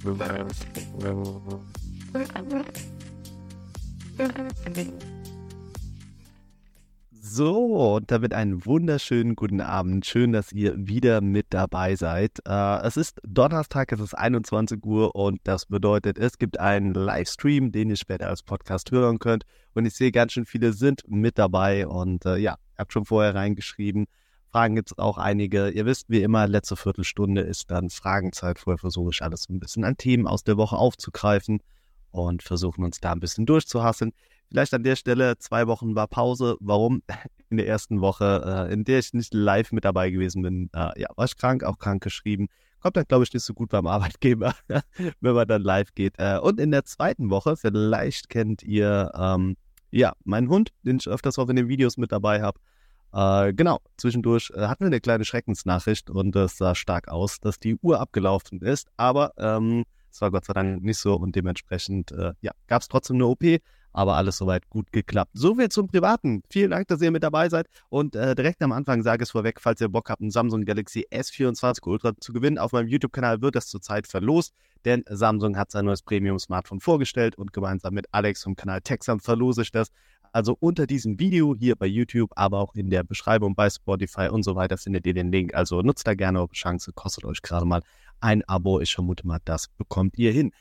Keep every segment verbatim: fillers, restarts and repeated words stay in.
So, und damit einen wunderschönen guten Abend. Schön, dass ihr wieder mit dabei seid. Äh, es ist Donnerstag, es ist einundzwanzig Uhr und das bedeutet, es gibt einen Livestream, den ihr später als Podcast hören könnt. Und ich sehe, ganz schön viele sind mit dabei und äh, ja, ihr habt schon vorher reingeschrieben. Fragen gibt es auch einige. Ihr wisst, wie immer, letzte Viertelstunde ist dann Fragenzeit. Vorher versuche ich alles ein bisschen an Themen aus der Woche aufzugreifen und versuchen uns da ein bisschen durchzuhasseln. Vielleicht an der Stelle, zwei Wochen war Pause. Warum? In der ersten Woche, äh, in der ich nicht live mit dabei gewesen bin, äh, ja, war ich krank, auch krank geschrieben. Kommt dann, glaube ich, nicht so gut beim Arbeitgeber, wenn man dann live geht. Äh, und in der zweiten Woche, vielleicht kennt ihr, ähm, ja, meinen Hund, den ich öfters auch in den Videos mit dabei habe. Äh, genau, zwischendurch äh, hatten wir eine kleine Schreckensnachricht und es sah stark aus, dass die Uhr abgelaufen ist. Aber ähm, es war Gott sei Dank nicht so und dementsprechend, äh, ja, gab es trotzdem eine O P. Aber alles soweit gut geklappt. So viel zum Privaten. Vielen Dank, dass ihr mit dabei seid. Und äh, direkt am Anfang sage ich es vorweg, falls ihr Bock habt, einen Samsung Galaxy S vierundzwanzig Ultra zu gewinnen. Auf meinem YouTube-Kanal wird das zurzeit verlost, denn Samsung hat sein neues Premium-Smartphone vorgestellt und gemeinsam mit Alex vom Kanal TechSam verlose ich das. Also unter diesem Video hier bei YouTube, aber auch in der Beschreibung bei Spotify und so weiter findet ihr den Link. Also nutzt da gerne eure Chance, kostet euch gerade mal ein Abo. Ich vermute mal, das bekommt ihr hin.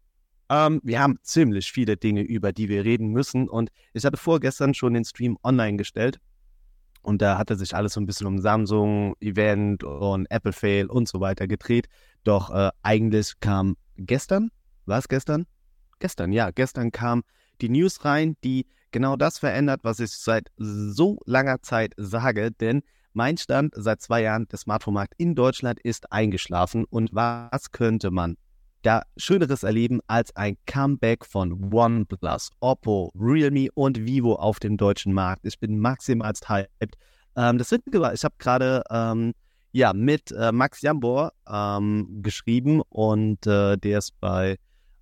Ähm, wir haben ziemlich viele Dinge, über die wir reden müssen und ich hatte vorgestern schon den Stream online gestellt und da hatte sich alles so ein bisschen um Samsung, Event und Apple Fail und so weiter gedreht, doch äh, eigentlich kam gestern, war es gestern? Gestern, ja, gestern kam die News rein, die genau das verändert, was ich seit so langer Zeit sage, denn mein Stand seit zwei Jahren, der Smartphone-Markt in Deutschland ist eingeschlafen und was könnte man da Schöneres erleben als ein Comeback von OnePlus, Oppo, Realme und Vivo auf dem deutschen Markt. Ich bin maximal hyped. Ähm, das Witzige war, ich habe gerade ähm, ja, mit äh, Max Jambor ähm, geschrieben und äh, der ist bei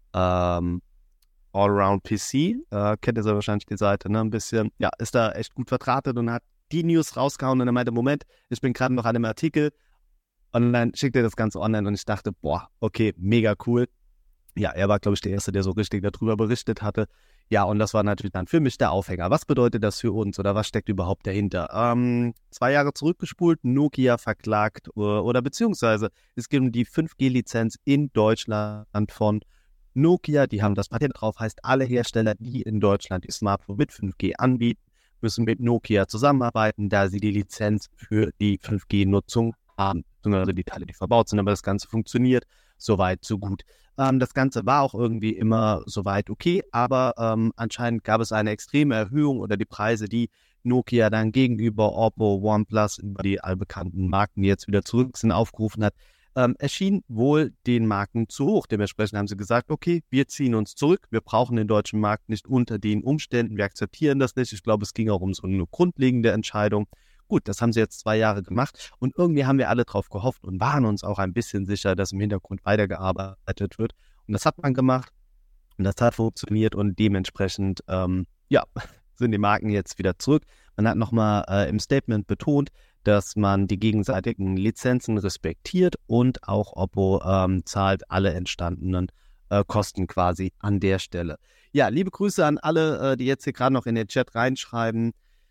ähm, Allround P C, äh, kennt ihr ja wahrscheinlich die Seite, ne? Ein bisschen, ja, ist da echt gut verdrahtet und hat die News rausgehauen und er meinte, Moment, ich bin gerade noch an einem Artikel. Und dann schickte er das Ganze online und ich dachte, boah, okay, mega cool. Ja, er war, glaube ich, der Erste, der so richtig darüber berichtet hatte. Ja, und das war natürlich dann für mich der Aufhänger. Was bedeutet das für uns oder was steckt überhaupt dahinter? Ähm, zwei Jahre zurückgespult, Nokia verklagt oder, oder beziehungsweise es geht um die fünf G Lizenz in Deutschland von Nokia. Die haben das Patent drauf, heißt alle Hersteller, die in Deutschland die Smartphone mit fünf G anbieten, müssen mit Nokia zusammenarbeiten, da sie die Lizenz für die fünf G Nutzung haben, also die Teile, die verbaut sind, aber das Ganze funktioniert soweit, so gut. Ähm, das Ganze war auch irgendwie immer soweit okay, aber ähm, anscheinend gab es eine extreme Erhöhung oder die Preise, die Nokia dann gegenüber Oppo, OnePlus, über die allbekannten Marken, die jetzt wieder zurück sind, aufgerufen hat, ähm, erschien wohl den Marken zu hoch. Dementsprechend haben sie gesagt, okay, wir ziehen uns zurück, wir brauchen den deutschen Markt nicht unter den Umständen, wir akzeptieren das nicht. Ich glaube, es ging auch um so eine grundlegende Entscheidung. Gut, das haben sie jetzt zwei Jahre gemacht und irgendwie haben wir alle drauf gehofft und waren uns auch ein bisschen sicher, dass im Hintergrund weitergearbeitet wird. Und das hat man gemacht und das hat funktioniert und dementsprechend, ähm, ja, sind die Marken jetzt wieder zurück. Man hat nochmal äh, im Statement betont, dass man die gegenseitigen Lizenzen respektiert und auch Oppo ähm, zahlt alle entstandenen äh, Kosten quasi an der Stelle. Ja, liebe Grüße an alle, äh, die jetzt hier gerade noch in den Chat reinschreiben.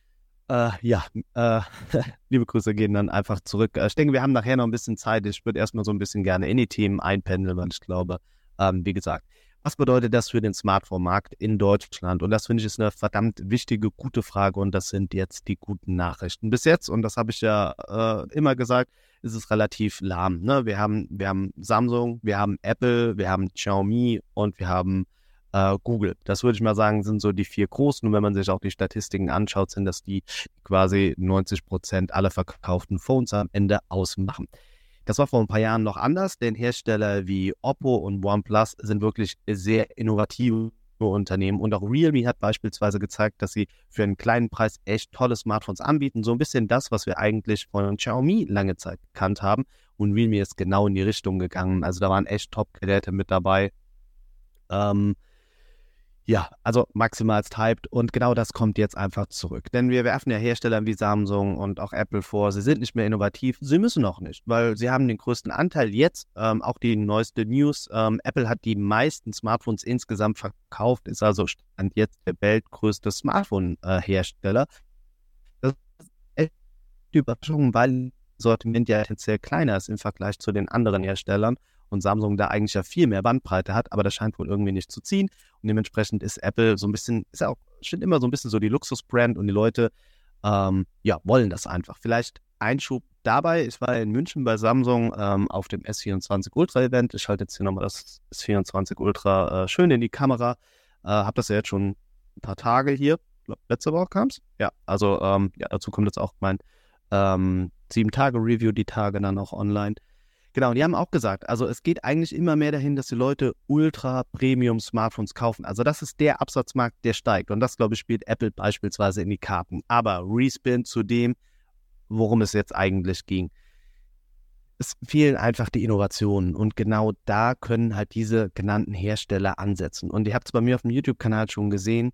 Äh, ja, äh, liebe Grüße gehen dann einfach zurück. Ich denke, wir haben nachher noch ein bisschen Zeit. Ich würde erstmal so ein bisschen gerne in die Themen einpendeln, weil ich glaube, ähm, wie gesagt, was bedeutet das für den Smartphone-Markt in Deutschland? Und das finde ich ist eine verdammt wichtige, gute Frage und das sind jetzt die guten Nachrichten. Bis jetzt, und das habe ich ja äh, immer gesagt, ist es relativ lahm. Ne? Wir haben, wir haben Samsung, wir haben Apple, wir haben Xiaomi und wir haben Uh, Google. Das würde ich mal sagen, sind so die vier großen. Und wenn man sich auch die Statistiken anschaut, sind das die quasi neunzig Prozent aller verkauften Phones am Ende ausmachen. Das war vor ein paar Jahren noch anders, denn Hersteller wie Oppo und OnePlus sind wirklich sehr innovative Unternehmen. Und auch Realme hat beispielsweise gezeigt, dass sie für einen kleinen Preis echt tolle Smartphones anbieten. So ein bisschen das, was wir eigentlich von Xiaomi lange Zeit gekannt haben. Und Realme ist genau in die Richtung gegangen. Also da waren echt Top-Geräte mit dabei. Ähm, Ja, also maximalst hyped und genau das kommt jetzt einfach zurück. Denn wir werfen ja Herstellern wie Samsung und auch Apple vor, sie sind nicht mehr innovativ, sie müssen auch nicht, weil sie haben den größten Anteil jetzt, ähm, auch die neueste News, ähm, Apple hat die meisten Smartphones insgesamt verkauft, ist also Stand jetzt der weltgrößte Smartphone-Hersteller. Das ist echt die Überraschung, weil das Sortiment ja tendenziell kleiner ist im Vergleich zu den anderen Herstellern und Samsung da eigentlich ja viel mehr Bandbreite hat, aber das scheint wohl irgendwie nicht zu ziehen und dementsprechend ist Apple so ein bisschen, ist ja auch, steht immer so ein bisschen so die Luxusbrand und die Leute, ähm, ja, wollen das einfach. Vielleicht Einschub dabei, ich war in München bei Samsung ähm, auf dem S vierundzwanzig Ultra Event, ich halte jetzt hier nochmal das S vierundzwanzig Ultra äh, schön in die Kamera, äh, habe das ja jetzt schon ein paar Tage hier, ich glaube letzte Woche kam es, ja, also ähm, ja, dazu kommt jetzt auch mein ähm, sieben Tage Review, die Tage dann auch online. Genau, und die haben auch gesagt, also es geht eigentlich immer mehr dahin, dass die Leute Ultra-Premium-Smartphones kaufen. Also das ist der Absatzmarkt, der steigt. Und das, glaube ich, spielt Apple beispielsweise in die Karten. Aber Respin zu dem, worum es jetzt eigentlich ging. Es fehlen einfach die Innovationen. Und genau da können halt diese genannten Hersteller ansetzen. Und ihr habt es bei mir auf dem YouTube-Kanal schon gesehen,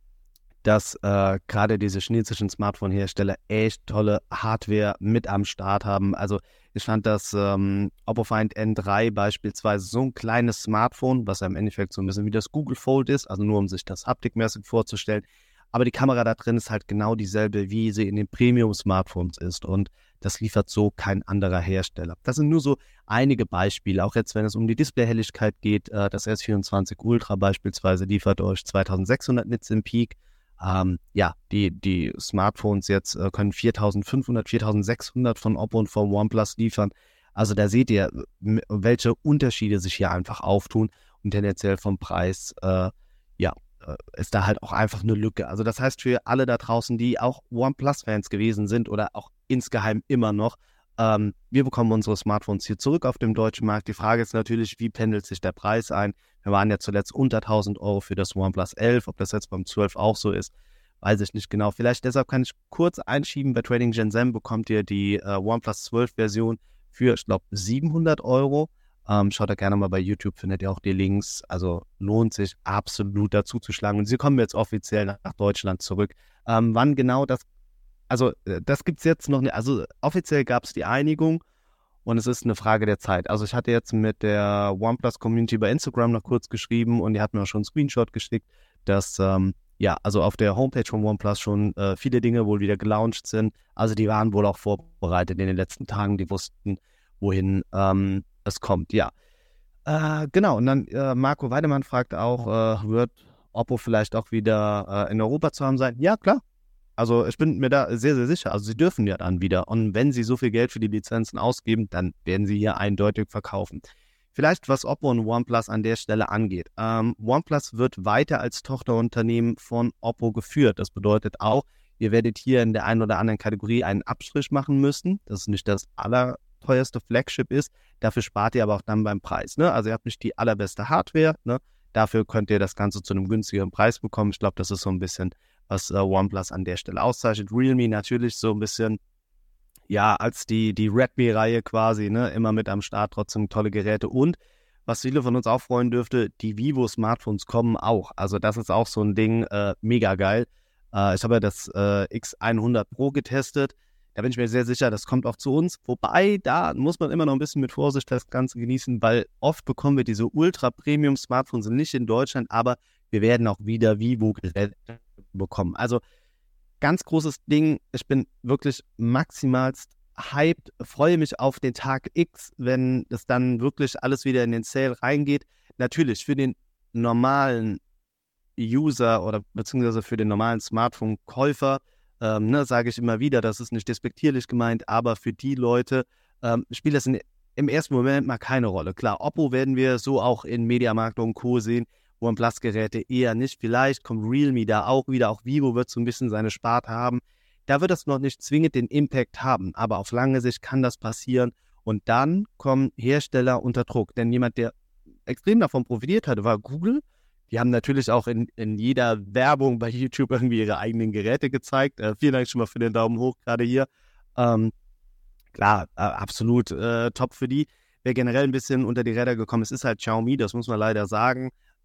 dass äh, gerade diese chinesischen Smartphone-Hersteller echt tolle Hardware mit am Start haben. Also ich fand das ähm, Oppo Find N drei beispielsweise so ein kleines Smartphone, was ja im Endeffekt so ein bisschen wie das Google Fold ist, also nur um sich das haptikmäßig vorzustellen. Aber die Kamera da drin ist halt genau dieselbe, wie sie in den Premium-Smartphones ist. Und das liefert so kein anderer Hersteller. Das sind nur so einige Beispiele. Auch jetzt, wenn es um die Displayhelligkeit geht, äh, das S vierundzwanzig Ultra beispielsweise liefert euch zweitausendsechshundert Nits im Peak. Ähm, ja, die, die Smartphones jetzt äh, können viertausendfünfhundert, viertausendsechshundert von Oppo und von OnePlus liefern. Also da seht ihr, m- welche Unterschiede sich hier einfach auftun und tendenziell vom Preis, äh, ja, äh, ist da halt auch einfach eine Lücke. Also das heißt für alle da draußen, die auch OnePlus-Fans gewesen sind oder auch insgeheim immer noch, ähm, wir bekommen unsere Smartphones hier zurück auf dem deutschen Markt. Die Frage ist natürlich, wie pendelt sich der Preis ein? Wir waren ja zuletzt unter tausend Euro für das OnePlus elf. Ob das jetzt beim zwölf auch so ist, weiß ich nicht genau. Vielleicht deshalb kann ich kurz einschieben. Bei Trading Shenzhen bekommt ihr die äh, OnePlus zwölf Version für, ich glaube, siebenhundert Euro. Ähm, schaut da gerne mal bei YouTube, findet ihr auch die Links. Also lohnt sich absolut dazu zu schlagen. Und sie kommen jetzt offiziell nach, nach Deutschland zurück. Ähm, wann genau das, also äh, das gibt es jetzt noch nicht. Also offiziell gab es die Einigung. Und es ist eine Frage der Zeit. Also ich hatte jetzt mit der OnePlus-Community bei Instagram noch kurz geschrieben und die hat mir auch schon einen Screenshot geschickt, dass ähm, ja, also auf der Homepage von OnePlus schon äh, viele Dinge wohl wieder gelauncht sind. Also die waren wohl auch vorbereitet in den letzten Tagen, die wussten, wohin ähm, es kommt. Ja, äh, genau. Und dann äh, Marco Weidemann fragt auch, äh, wird Oppo vielleicht auch wieder äh, in Europa zu haben sein? Ja, klar. Also ich bin mir da sehr, sehr sicher. Also sie dürfen ja dann wieder. Und wenn sie so viel Geld für die Lizenzen ausgeben, dann werden sie hier eindeutig verkaufen. Vielleicht was Oppo und OnePlus an der Stelle angeht. Ähm, OnePlus wird weiter als Tochterunternehmen von Oppo geführt. Das bedeutet auch, ihr werdet hier in der einen oder anderen Kategorie einen Abstrich machen müssen. Das ist nicht das allerteuerste Flagship ist. Dafür spart ihr aber auch dann beim Preis. Ne? Also ihr habt nicht die allerbeste Hardware. Ne? Dafür könnt ihr das Ganze zu einem günstigeren Preis bekommen. Ich glaube, das ist so ein bisschen was äh, OnePlus an der Stelle auszeichnet. Realme natürlich so ein bisschen, ja, als die, die Redmi-Reihe quasi, ne, immer mit am Start, trotzdem tolle Geräte. Und was viele von uns auch freuen dürfte, die Vivo-Smartphones kommen auch. Also das ist auch so ein Ding, äh, mega geil. Äh, ich habe ja das äh, X hundert Pro getestet. Da bin ich mir sehr sicher, das kommt auch zu uns. Wobei, da muss man immer noch ein bisschen mit Vorsicht das Ganze genießen, weil oft bekommen wir diese Ultra-Premium-Smartphones nicht in Deutschland, aber wir werden auch wieder Vivo-Geräte bekommen. Also ganz großes Ding. Ich bin wirklich maximalst hyped, freue mich auf den Tag X, wenn das dann wirklich alles wieder in den Sale reingeht. Natürlich für den normalen User oder beziehungsweise für den normalen Smartphone-Käufer, ähm, ne, sage ich immer wieder, das ist nicht despektierlich gemeint, aber für die Leute ähm, spielt das in, im ersten Moment mal keine Rolle. Klar, Oppo werden wir so auch in Mediamarkt und Co. sehen, OnePlus-Geräte eher nicht. Vielleicht kommt Realme da auch wieder, auch Vivo wird so ein bisschen seine Sparte haben. Da wird das noch nicht zwingend den Impact haben, aber auf lange Sicht kann das passieren und dann kommen Hersteller unter Druck. Denn jemand, der extrem davon profitiert hatte, war Google. Die haben natürlich auch in, in jeder Werbung bei YouTube irgendwie ihre eigenen Geräte gezeigt. Äh, vielen Dank schon mal für den Daumen hoch gerade hier. Ähm, klar, äh, absolut äh, top für die. Wer generell ein bisschen unter die Räder gekommen ist, ist halt Xiaomi, das muss man leider sagen.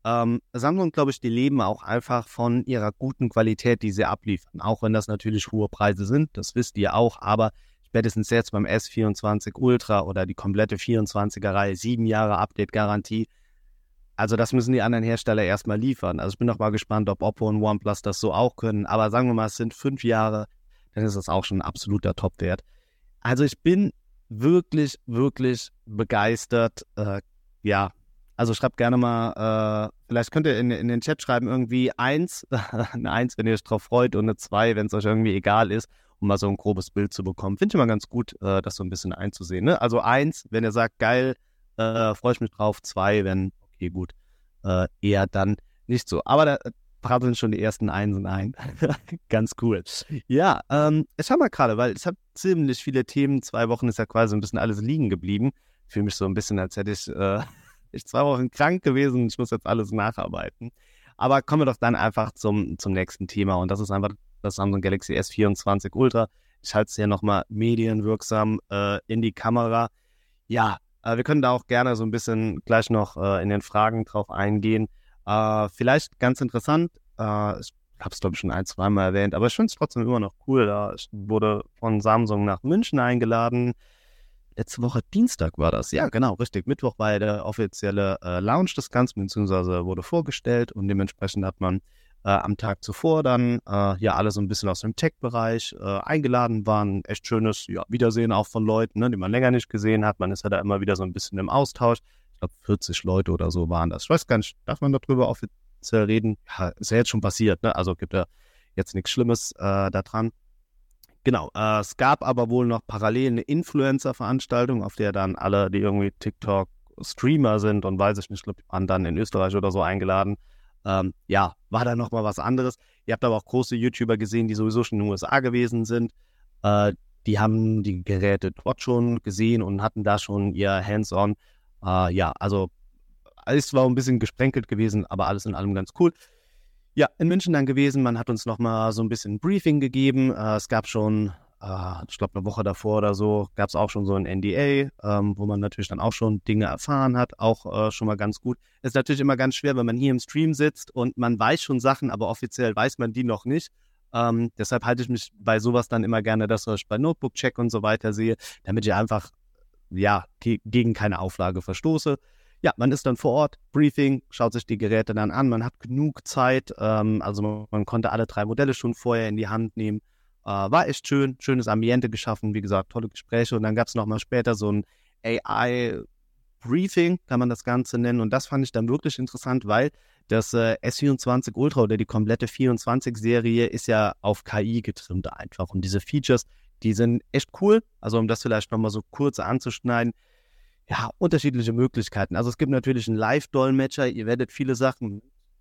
Ähm, Samsung, glaube ich, die leben auch einfach von ihrer guten Qualität, die sie abliefern. Auch wenn das natürlich hohe Preise sind, das wisst ihr auch, aber spätestens jetzt beim S vierundzwanzig Ultra oder die komplette vierundzwanziger-Reihe, sieben Jahre Update-Garantie. Also das müssen die anderen Hersteller erstmal liefern. Also ich bin noch mal gespannt, ob Oppo und OnePlus das so auch können. Aber sagen wir mal, es sind fünf Jahre, dann ist das auch schon ein absoluter Top-Wert. Also ich bin wirklich, wirklich begeistert. Äh, ja, also schreibt gerne mal, äh, vielleicht könnt ihr in, in den Chat schreiben, irgendwie eins, eine eins, wenn ihr euch drauf freut, und eine zwei, wenn es euch irgendwie egal ist, um mal so ein grobes Bild zu bekommen. Finde ich immer ganz gut, äh, das so ein bisschen einzusehen. Ne? Also eins, wenn ihr sagt, geil, äh, freue ich mich drauf. Zwei, wenn, okay, gut, äh, eher dann nicht so. Aber da prasseln schon die ersten Einsen ein. Ganz cool. Ja, ähm, ich schau mal gerade, weil ich habe ziemlich viele Themen. Zwei Wochen ist ja quasi ein bisschen alles liegen geblieben. Ich fühle mich so ein bisschen, als hätte ich, äh, ich zwei Wochen krank gewesen. Ich muss jetzt alles nacharbeiten. Aber kommen wir doch dann einfach zum, zum nächsten Thema. Und das ist einfach das Samsung Galaxy S vierundzwanzig Ultra. Ich halte es hier nochmal medienwirksam äh, in die Kamera. Ja, äh, wir können da auch gerne so ein bisschen gleich noch äh, in den Fragen drauf eingehen. Äh, vielleicht ganz interessant, äh, ich habe es glaube ich schon ein, zweimal erwähnt, aber ich finde es trotzdem immer noch cool. Da ich wurde von Samsung nach München eingeladen. Letzte Woche Dienstag war das. Ja, genau, richtig. Mittwoch war der offizielle äh, Launch des Ganzen, beziehungsweise wurde vorgestellt, und dementsprechend hat man äh, am Tag zuvor dann äh, ja alle so ein bisschen aus dem Tech-Bereich äh, eingeladen. War ein echt schönes ja, Wiedersehen auch von Leuten, ne, die man länger nicht gesehen hat. Man ist ja da immer wieder so ein bisschen im Austausch. Ich glaube, vierzig Leute oder so waren das. Ich weiß gar nicht, darf man darüber offiziell reden? Ja, ist ja jetzt schon passiert, ne? Also gibt ja jetzt nichts Schlimmes äh, da dran. Genau, äh, es gab aber wohl noch parallel eine Influencer-Veranstaltung, auf der dann alle, die irgendwie TikTok-Streamer sind und weiß ich nicht, glaube ich, waren dann in Österreich oder so eingeladen. Ähm, ja, war da nochmal was anderes. Ihr habt aber auch große YouTuber gesehen, die sowieso schon in den U S A gewesen sind. Äh, die haben die Geräte dort schon gesehen und hatten da schon ihr Hands-on. Äh, ja, also alles war ein bisschen gesprenkelt gewesen, aber alles in allem ganz cool. Ja, in München dann gewesen. Man hat uns nochmal so ein bisschen ein Briefing gegeben. Äh, es gab schon, äh, ich glaube eine Woche davor oder so, gab es auch schon so ein N D A, ähm, wo man natürlich dann auch schon Dinge erfahren hat. Auch äh, schon mal ganz gut. Ist natürlich immer ganz schwer, wenn man hier im Stream sitzt und man weiß schon Sachen, aber offiziell weiß man die noch nicht. Ähm, deshalb halte ich mich bei sowas dann immer gerne, dass ich bei Notebook-Check und so weiter sehe, damit ich einfach ja ge- gegen keine Auflage verstoße. Ja, man ist dann vor Ort, Briefing, schaut sich die Geräte dann an, man hat genug Zeit, ähm, also man, man konnte alle drei Modelle schon vorher in die Hand nehmen, äh, war echt schön, schönes Ambiente geschaffen, wie gesagt, tolle Gespräche, und dann gab es nochmal später so ein A I-Briefing, kann man das Ganze nennen, und das fand ich dann wirklich interessant, weil das äh, S vierundzwanzig Ultra oder die komplette vierundzwanzig-Serie ist ja auf K I getrimmt einfach, und diese Features, die sind echt cool, also um das vielleicht nochmal so kurz anzuschneiden, ja, unterschiedliche Möglichkeiten. Also es gibt natürlich einen Live-Dolmetscher, ihr werdet viele Sachen.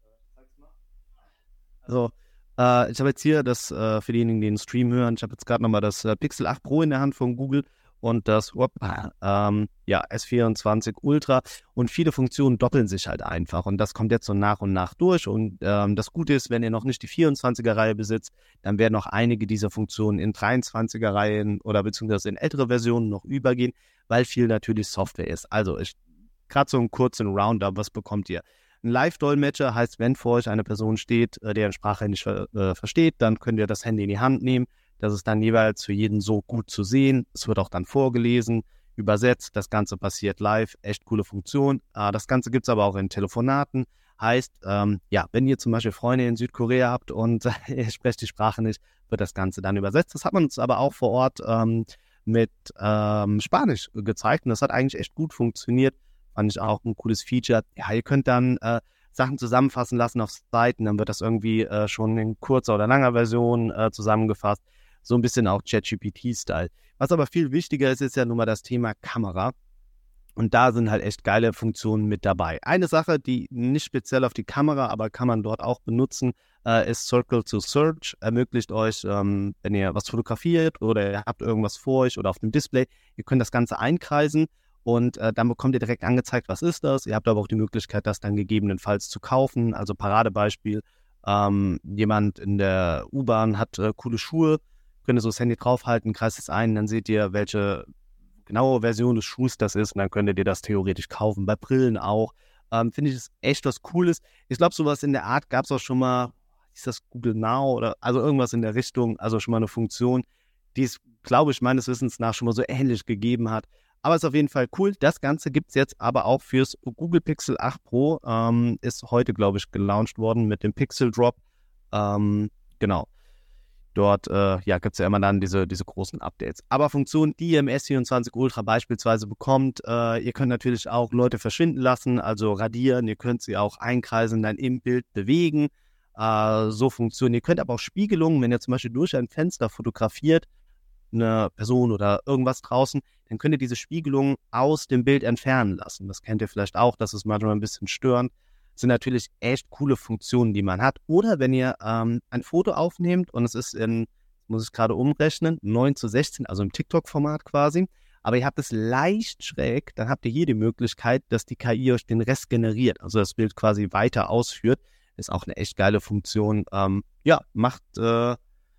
Also äh, ich habe jetzt hier das, äh, für diejenigen, die den Stream hören, ich habe jetzt gerade nochmal das äh, Pixel acht Pro in der Hand von Google und das ähm, ja, S vierundzwanzig Ultra, und viele Funktionen doppeln sich halt einfach, und das kommt jetzt so nach und nach durch, und ähm, das Gute ist, wenn ihr noch nicht die vierundzwanziger-Reihe besitzt, dann werden noch einige dieser Funktionen in dreiundzwanziger-Reihen oder beziehungsweise in ältere Versionen noch übergehen, weil viel natürlich Software ist. Also ich gerade so einen kurzen Roundup, was bekommt ihr? Ein Live-Dolmetscher heißt, wenn vor euch eine Person steht, äh, deren Sprache ihr nicht ver- äh, versteht, dann könnt ihr das Handy in die Hand nehmen. Das ist dann jeweils für jeden so gut zu sehen. Es wird auch dann vorgelesen, übersetzt. Das Ganze passiert live. Echt coole Funktion. Äh, das Ganze gibt es aber auch in Telefonaten. Heißt, ähm, ja, wenn ihr zum Beispiel Freunde in Südkorea habt und ihr sprecht die Sprache nicht, wird das Ganze dann übersetzt. Das hat man uns aber auch vor Ort ähm, mit ähm, Spanisch gezeigt, und das hat eigentlich echt gut funktioniert. Fand ich auch ein cooles Feature. Ja, ihr könnt dann äh, Sachen zusammenfassen lassen auf Seiten, dann wird das irgendwie äh, schon in kurzer oder langer Version äh, zusammengefasst. So ein bisschen auch ChatGPT-Style. Was aber viel wichtiger ist, ist ja nun mal das Thema Kamera. Und da sind halt echt geile Funktionen mit dabei. Eine Sache, die nicht speziell auf die Kamera, aber kann man dort auch benutzen, äh, ist Circle to Search. Ermöglicht euch, ähm, wenn ihr was fotografiert oder ihr habt irgendwas vor euch oder auf dem Display, ihr könnt das Ganze einkreisen, und äh, dann bekommt ihr direkt angezeigt, was ist das. Ihr habt aber auch die Möglichkeit, das dann gegebenenfalls zu kaufen. Also Paradebeispiel, ähm, jemand in der U-Bahn hat äh, coole Schuhe, könnt ihr so das Handy draufhalten, kreist es ein, dann seht ihr, welche genaue Version des Schuhs das ist, und dann könnt ihr dir das theoretisch kaufen. Bei Brillen auch. ähm, finde ich es echt was Cooles. Ich glaube, sowas in der Art gab es auch schon mal, ist das Google Now oder also irgendwas in der Richtung, also schon mal eine Funktion, die es, glaube ich, meines Wissens nach schon mal so ähnlich gegeben hat. Aber ist auf jeden Fall cool. Das Ganze gibt es jetzt aber auch fürs Google Pixel acht Pro. Ähm, ist heute, glaube ich, gelauncht worden mit dem Pixel Drop. Ähm, genau. Dort äh, ja, gibt es ja immer dann diese, diese großen Updates. Aber Funktionen, die ihr im S vierundzwanzig Ultra beispielsweise bekommt, äh, ihr könnt natürlich auch Leute verschwinden lassen, also radieren. Ihr könnt sie auch einkreisen, dann im Bild bewegen. Äh, so Funktionen. Ihr könnt aber auch Spiegelungen, wenn ihr zum Beispiel durch ein Fenster fotografiert, eine Person oder irgendwas draußen, dann könnt ihr diese Spiegelung aus dem Bild entfernen lassen. Das kennt ihr vielleicht auch, das ist manchmal ein bisschen störend. Das sind natürlich echt coole Funktionen, die man hat. Oder wenn ihr ähm, ein Foto aufnehmt und es ist in, muss ich gerade umrechnen, neun zu sechzehn, also im TikTok-Format quasi, aber ihr habt es leicht schräg, dann habt ihr hier die Möglichkeit, dass die K I euch den Rest generiert, also das Bild quasi weiter ausführt. Ist auch eine echt geile Funktion. Ähm, ja, macht... Äh,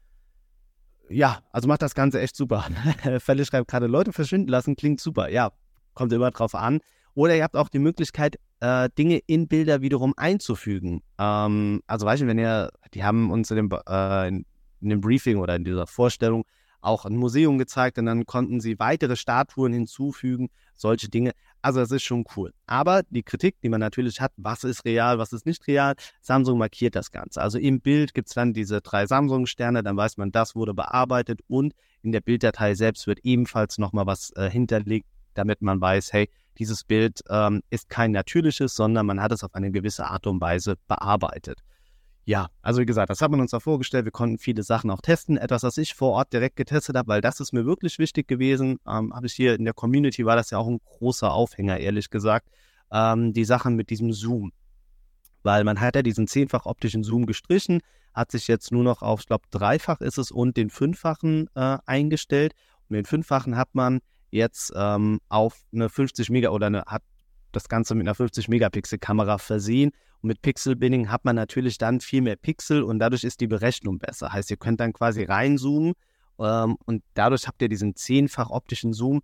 Ja, also macht das Ganze echt super. Fälle schreibt gerade, Leute verschwinden lassen, klingt super. Ja, kommt immer drauf an. Oder ihr habt auch die Möglichkeit, äh, Dinge in Bilder wiederum einzufügen. Ähm, also Beispiel, wenn ihr, die haben uns in dem, äh, in, in dem Briefing oder in dieser Vorstellung auch ein Museum gezeigt und dann konnten sie weitere Statuen hinzufügen, solche Dinge. Also das ist schon cool. Aber die Kritik, die man natürlich hat, was ist real, was ist nicht real, Samsung markiert das Ganze. Also im Bild gibt es dann diese drei Samsung-Sterne, dann weiß man, das wurde bearbeitet und in der Bilddatei selbst wird ebenfalls nochmal was äh, hinterlegt, damit man weiß, hey, dieses Bild ähm, ist kein natürliches, sondern man hat es auf eine gewisse Art und Weise bearbeitet. Ja, also wie gesagt, das hat man uns da vorgestellt. Wir konnten viele Sachen auch testen. Etwas, was ich vor Ort direkt getestet habe, weil das ist mir wirklich wichtig gewesen. Ähm, habe ich hier in der Community, war das ja auch ein großer Aufhänger, ehrlich gesagt. Ähm, die Sachen mit diesem Zoom. Weil man hat ja diesen zehnfach optischen Zoom gestrichen, hat sich jetzt nur noch auf, ich glaube, dreifach ist es und den fünffachen äh, eingestellt. Und den fünffachen hat man jetzt ähm, auf eine fünfzig Mega oder eine, hat das Ganze mit einer fünfzig Megapixel Kamera versehen. Und mit Pixel Binning hat man natürlich dann viel mehr Pixel und dadurch ist die Berechnung besser. Heißt, ihr könnt dann quasi reinzoomen ähm, und dadurch habt ihr diesen zehnfach optischen Zoom,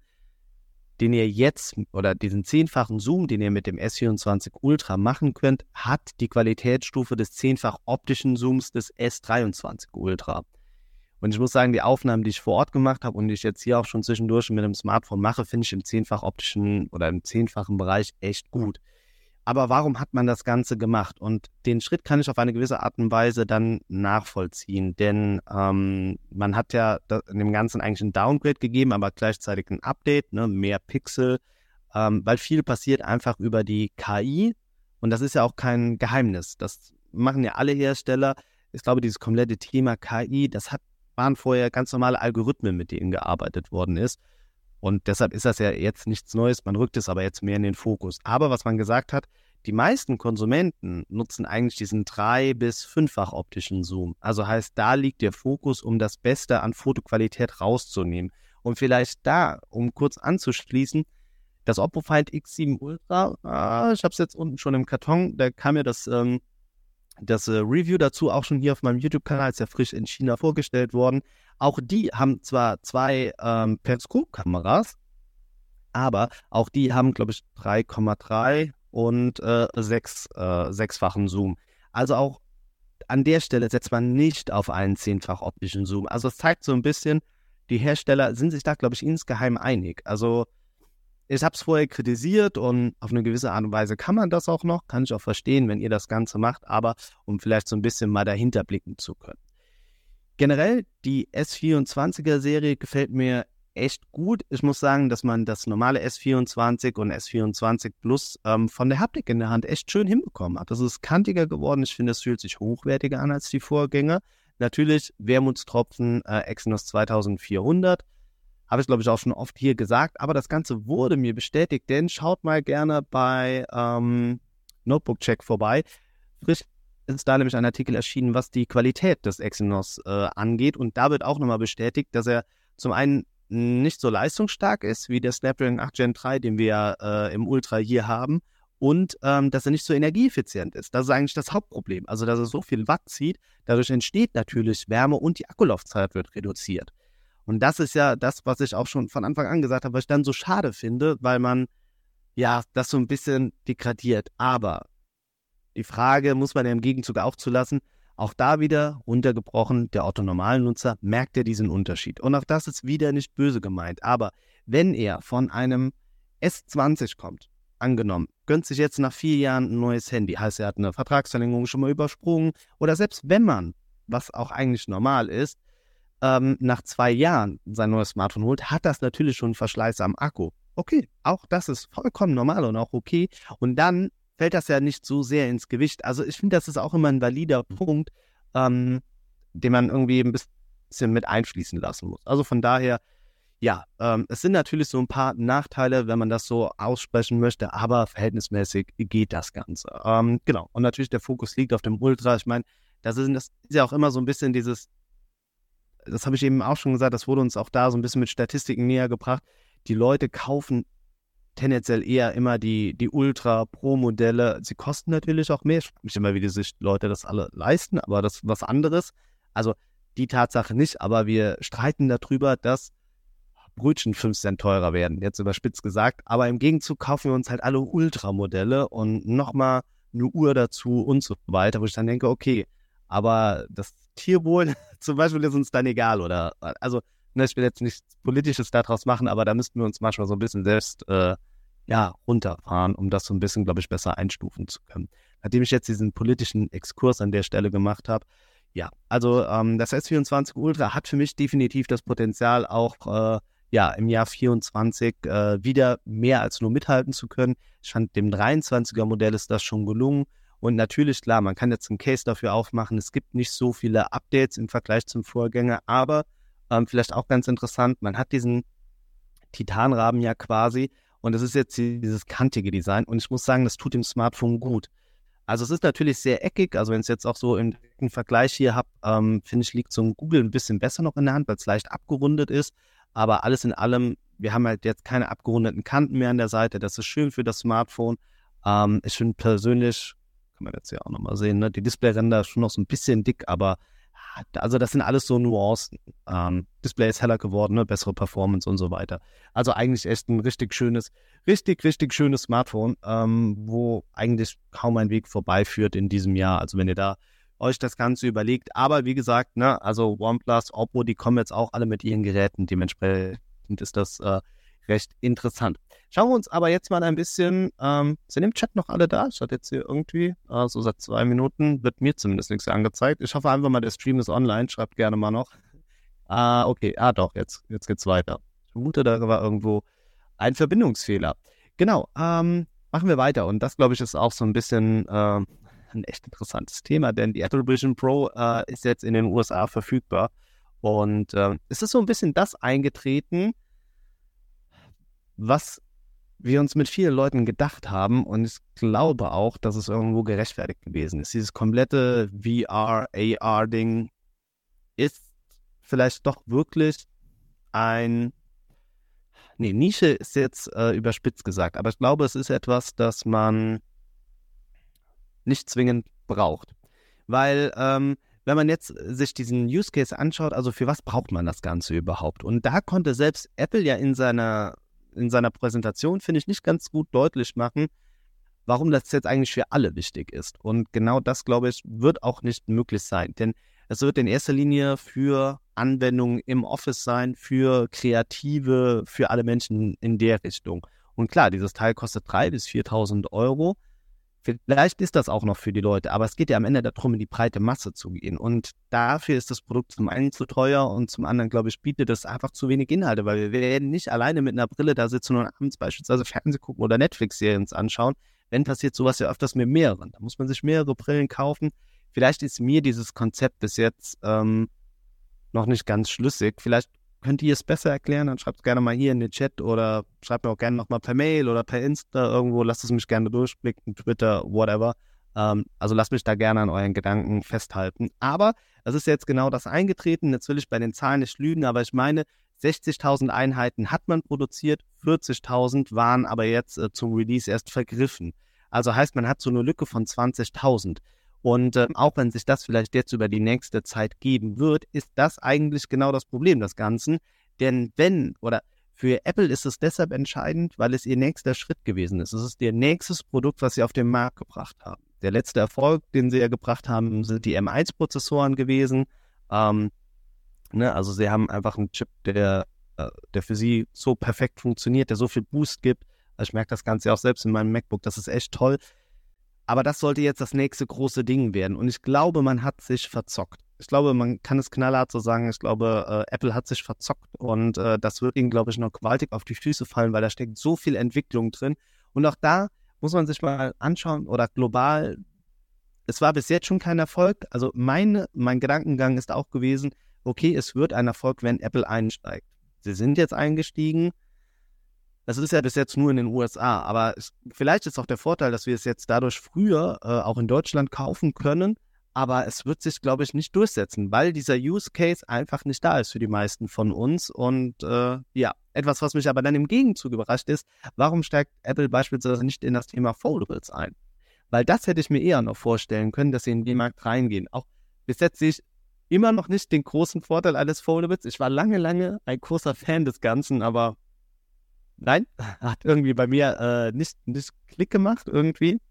den ihr jetzt, oder diesen zehnfachen Zoom, den ihr mit dem S vierundzwanzig Ultra machen könnt, hat die Qualitätsstufe des zehnfach optischen Zooms des S dreiundzwanzig Ultra. Und ich muss sagen, die Aufnahmen, die ich vor Ort gemacht habe und die ich jetzt hier auch schon zwischendurch mit dem Smartphone mache, finde ich im zehnfach optischen oder im zehnfachen Bereich echt gut. Aber warum hat man das Ganze gemacht? Und den Schritt kann ich auf eine gewisse Art und Weise dann nachvollziehen, denn ähm, man hat ja in dem Ganzen eigentlich ein Downgrade gegeben, aber gleichzeitig ein Update, ne, mehr Pixel, ähm, weil viel passiert einfach über die K I und das ist ja auch kein Geheimnis. Das machen ja alle Hersteller. Ich glaube, dieses komplette Thema K I, das hat, waren vorher ganz normale Algorithmen, mit denen gearbeitet worden ist. Und deshalb ist das ja jetzt nichts Neues, man rückt es aber jetzt mehr in den Fokus. Aber was man gesagt hat, die meisten Konsumenten nutzen eigentlich diesen drei- bis fünffach optischen Zoom. Also heißt, da liegt der Fokus, um das Beste an Fotoqualität rauszunehmen. Und vielleicht da, um kurz anzuschließen, das Oppo Find X sieben Ultra, ah, ich habe es jetzt unten schon im Karton, da kam ja das, ähm, das äh, Review dazu auch schon hier auf meinem YouTube-Kanal, ist ja frisch in China vorgestellt worden. Auch die haben zwar zwei ähm, Periskopkameras, aber auch die haben, glaube ich, drei Komma drei und äh, sechs, äh, sechsfachen Zoom. Also auch an der Stelle setzt man nicht auf einen zehnfach optischen Zoom. Also es zeigt so ein bisschen, die Hersteller sind sich da, glaube ich, insgeheim einig. Also ich habe es vorher kritisiert und auf eine gewisse Art und Weise kann man das auch noch, kann ich auch verstehen, wenn ihr das Ganze macht, aber um vielleicht so ein bisschen mal dahinter blicken zu können. Generell, die S vierundzwanziger Serie gefällt mir echt gut. Ich muss sagen, dass man das normale S vierundzwanzig und S vierundzwanzig Plus ähm, von der Haptik in der Hand echt schön hinbekommen hat. Das ist kantiger geworden. Ich finde, es fühlt sich hochwertiger an als die Vorgänger. Natürlich Wermutstropfen äh, Exynos zweitausendvierhundert. Habe ich, glaube ich, auch schon oft hier gesagt. Aber das Ganze wurde mir bestätigt, denn schaut mal gerne bei ähm, Notebook Check vorbei. Frisch ist da nämlich ein Artikel erschienen, was die Qualität des Exynos äh, angeht. Und da wird auch nochmal bestätigt, dass er zum einen nicht so leistungsstark ist wie der Snapdragon acht Gen drei, den wir äh, im Ultra hier haben. Und ähm, dass er nicht so energieeffizient ist. Das ist eigentlich das Hauptproblem. Also, dass er so viel Watt zieht, dadurch entsteht natürlich Wärme und die Akkulaufzeit wird reduziert. Und das ist ja das, was ich auch schon von Anfang an gesagt habe, was ich dann so schade finde, weil man ja, das so ein bisschen degradiert. Aber die Frage muss man ja im Gegenzug auch zulassen, auch da wieder runtergebrochen, der Otto-Normalnutzer merkt ja diesen Unterschied. Und auch das ist wieder nicht böse gemeint. Aber wenn er von einem S zwanzig kommt, angenommen, gönnt sich jetzt nach vier Jahren ein neues Handy, heißt, er hat eine Vertragsverlängerung schon mal übersprungen, oder selbst wenn man, was auch eigentlich normal ist, ähm, nach zwei Jahren sein neues Smartphone holt, hat das natürlich schon einen Verschleiß am Akku. Okay, auch das ist vollkommen normal und auch okay. Und dann fällt das ja nicht so sehr ins Gewicht. Also ich finde, das ist auch immer ein valider Punkt, ähm, den man irgendwie ein bisschen mit einfließen lassen muss. Also von daher, ja, ähm, es sind natürlich so ein paar Nachteile, wenn man das so aussprechen möchte, aber verhältnismäßig geht das Ganze. Ähm, genau, und natürlich der Fokus liegt auf dem Ultra. Ich meine, das ist, das ist ja auch immer so ein bisschen dieses, das habe ich eben auch schon gesagt, das wurde uns auch da so ein bisschen mit Statistiken näher gebracht. Die Leute kaufen tendenziell eher immer die, die Ultra-Pro-Modelle. Sie kosten natürlich auch mehr. Ich frage mich immer, wie sich Leute das alle leisten, aber das ist was anderes. Also die Tatsache nicht, aber wir streiten darüber, dass Brötchen fünf Cent teurer werden, jetzt überspitzt gesagt. Aber im Gegenzug kaufen wir uns halt alle Ultramodelle und nochmal eine Uhr dazu und so weiter, wo ich dann denke, okay, aber das Tierwohl zum Beispiel ist uns dann egal, oder? Also, ne, ich will jetzt nichts Politisches daraus machen, aber da müssten wir uns manchmal so ein bisschen selbst äh, ja, runterfahren, um das so ein bisschen, glaube ich, besser einstufen zu können. Nachdem ich jetzt diesen politischen Exkurs an der Stelle gemacht habe, ja, also ähm, das S vierundzwanzig Ultra hat für mich definitiv das Potenzial, auch äh, ja, im Jahr vierundzwanzig äh, wieder mehr als nur mithalten zu können. Ich fand, dem dreiundzwanziger Modell ist das schon gelungen. Und natürlich, klar, man kann jetzt einen Case dafür aufmachen. Es gibt nicht so viele Updates im Vergleich zum Vorgänger, aber ähm, vielleicht auch ganz interessant, man hat diesen Titanrahmen ja quasi und es ist jetzt dieses kantige Design und ich muss sagen, das tut dem Smartphone gut. Also es ist natürlich sehr eckig, also wenn ich es jetzt auch so im Vergleich hier habe, ähm, finde ich, liegt so ein Google ein bisschen besser noch in der Hand, weil es leicht abgerundet ist, aber alles in allem, wir haben halt jetzt keine abgerundeten Kanten mehr an der Seite, das ist schön für das Smartphone. Ähm, ich finde persönlich, kann man jetzt ja auch nochmal sehen, ne, die Displayränder ist schon noch so ein bisschen dick, aber also das sind alles so Nuancen. Ähm, Display ist heller geworden, ne? Bessere Performance und so weiter. Also eigentlich echt ein richtig schönes, richtig, richtig schönes Smartphone, ähm, wo eigentlich kaum ein Weg vorbeiführt in diesem Jahr. Also wenn ihr da euch das Ganze überlegt. Aber wie gesagt, ne, also OnePlus, Oppo, die kommen jetzt auch alle mit ihren Geräten. Dementsprechend ist das äh, recht interessant. Schauen wir uns aber jetzt mal ein bisschen, ähm, sind im Chat noch alle da? Ich hatte jetzt hier irgendwie, äh, so seit zwei Minuten, wird mir zumindest nichts angezeigt. Ich hoffe einfach mal, der Stream ist online, schreibt gerne mal noch. Ah, okay, ah doch, jetzt, jetzt geht's weiter. Ich vermute, da war irgendwo ein Verbindungsfehler. Genau, ähm, machen wir weiter. Und das, glaube ich, ist auch so ein bisschen äh, ein echt interessantes Thema, denn die Apple Vision Pro äh, ist jetzt in den U S A verfügbar. Und äh, es ist so ein bisschen das eingetreten, was wir uns mit vielen Leuten gedacht haben, und ich glaube auch, dass es irgendwo gerechtfertigt gewesen ist. Dieses komplette V R, A R-Ding ist vielleicht doch wirklich ein, nee, Nische ist jetzt äh, überspitzt gesagt, aber ich glaube, es ist etwas, das man nicht zwingend braucht. Weil, ähm, wenn man jetzt sich diesen Use Case anschaut, also für was braucht man das Ganze überhaupt? Und da konnte selbst Apple ja in seiner in seiner Präsentation, finde ich, nicht ganz gut deutlich machen, warum das jetzt eigentlich für alle wichtig ist. Und genau das, glaube ich, wird auch nicht möglich sein. Denn es wird in erster Linie für Anwendungen im Office sein, für Kreative, für alle Menschen in der Richtung. Und klar, dieses Teil kostet dreitausend bis viertausend Euro. Vielleicht ist das auch noch für die Leute, aber es geht ja am Ende darum, in die breite Masse zu gehen. Und dafür ist das Produkt zum einen zu teuer und zum anderen, glaube ich, bietet es einfach zu wenig Inhalte, weil wir werden nicht alleine mit einer Brille da sitzen und abends beispielsweise Fernsehen gucken oder Netflix-Serien anschauen. Wenn passiert sowas ja öfters mit mehreren. Da muss man sich mehrere Brillen kaufen. Vielleicht ist mir dieses Konzept bis jetzt ähm, noch nicht ganz schlüssig. Vielleicht könnt ihr es besser erklären, dann schreibt es gerne mal hier in den Chat oder schreibt mir auch gerne nochmal per Mail oder per Insta irgendwo, lasst es mich gerne durchblicken, Twitter, whatever. Ähm, also lasst mich da gerne an euren Gedanken festhalten. Aber es ist jetzt genau das eingetreten, jetzt will ich bei den Zahlen nicht lügen, aber ich meine, sechzigtausend Einheiten hat man produziert, vierzigtausend waren aber jetzt äh, zum Release erst vergriffen. Also heißt, man hat so eine Lücke von zwanzigtausend. Und äh, auch wenn sich das vielleicht jetzt über die nächste Zeit geben wird, ist das eigentlich genau das Problem des Ganzen. Denn wenn, oder Für Apple ist es deshalb entscheidend, weil es ihr nächster Schritt gewesen ist. Es ist ihr nächstes Produkt, was sie auf den Markt gebracht haben. Der letzte Erfolg, den sie ja gebracht haben, sind die M eins Prozessoren gewesen. Ähm, ne, also sie haben einfach einen Chip, der, der für sie so perfekt funktioniert, der so viel Boost gibt. Also ich merke das Ganze auch selbst in meinem MacBook, das ist echt toll. Aber das sollte jetzt das nächste große Ding werden. Und ich glaube, man hat sich verzockt. Ich glaube, man kann es knallhart so sagen, ich glaube, äh, Apple hat sich verzockt und äh, das wird ihnen, glaube ich, noch gewaltig auf die Füße fallen, weil da steckt so viel Entwicklung drin. Und auch da muss man sich mal anschauen oder global, es war bis jetzt schon kein Erfolg. Also meine, mein Gedankengang ist auch gewesen, okay, es wird ein Erfolg, wenn Apple einsteigt. Sie sind jetzt eingestiegen. Das ist ja bis jetzt nur in den U S A, aber es, vielleicht ist auch der Vorteil, dass wir es jetzt dadurch früher äh, auch in Deutschland kaufen können, aber es wird sich, glaube ich, nicht durchsetzen, weil dieser Use Case einfach nicht da ist für die meisten von uns. Und äh, ja, etwas, was mich aber dann im Gegenzug überrascht ist, warum steigt Apple beispielsweise nicht in das Thema Foldables ein? Weil das hätte ich mir eher noch vorstellen können, dass sie in den Markt reingehen. Auch bis jetzt sehe ich immer noch nicht den großen Vorteil eines Foldables. Ich war lange, lange ein großer Fan des Ganzen, aber nein, hat irgendwie bei mir äh, nicht, nicht Klick gemacht irgendwie.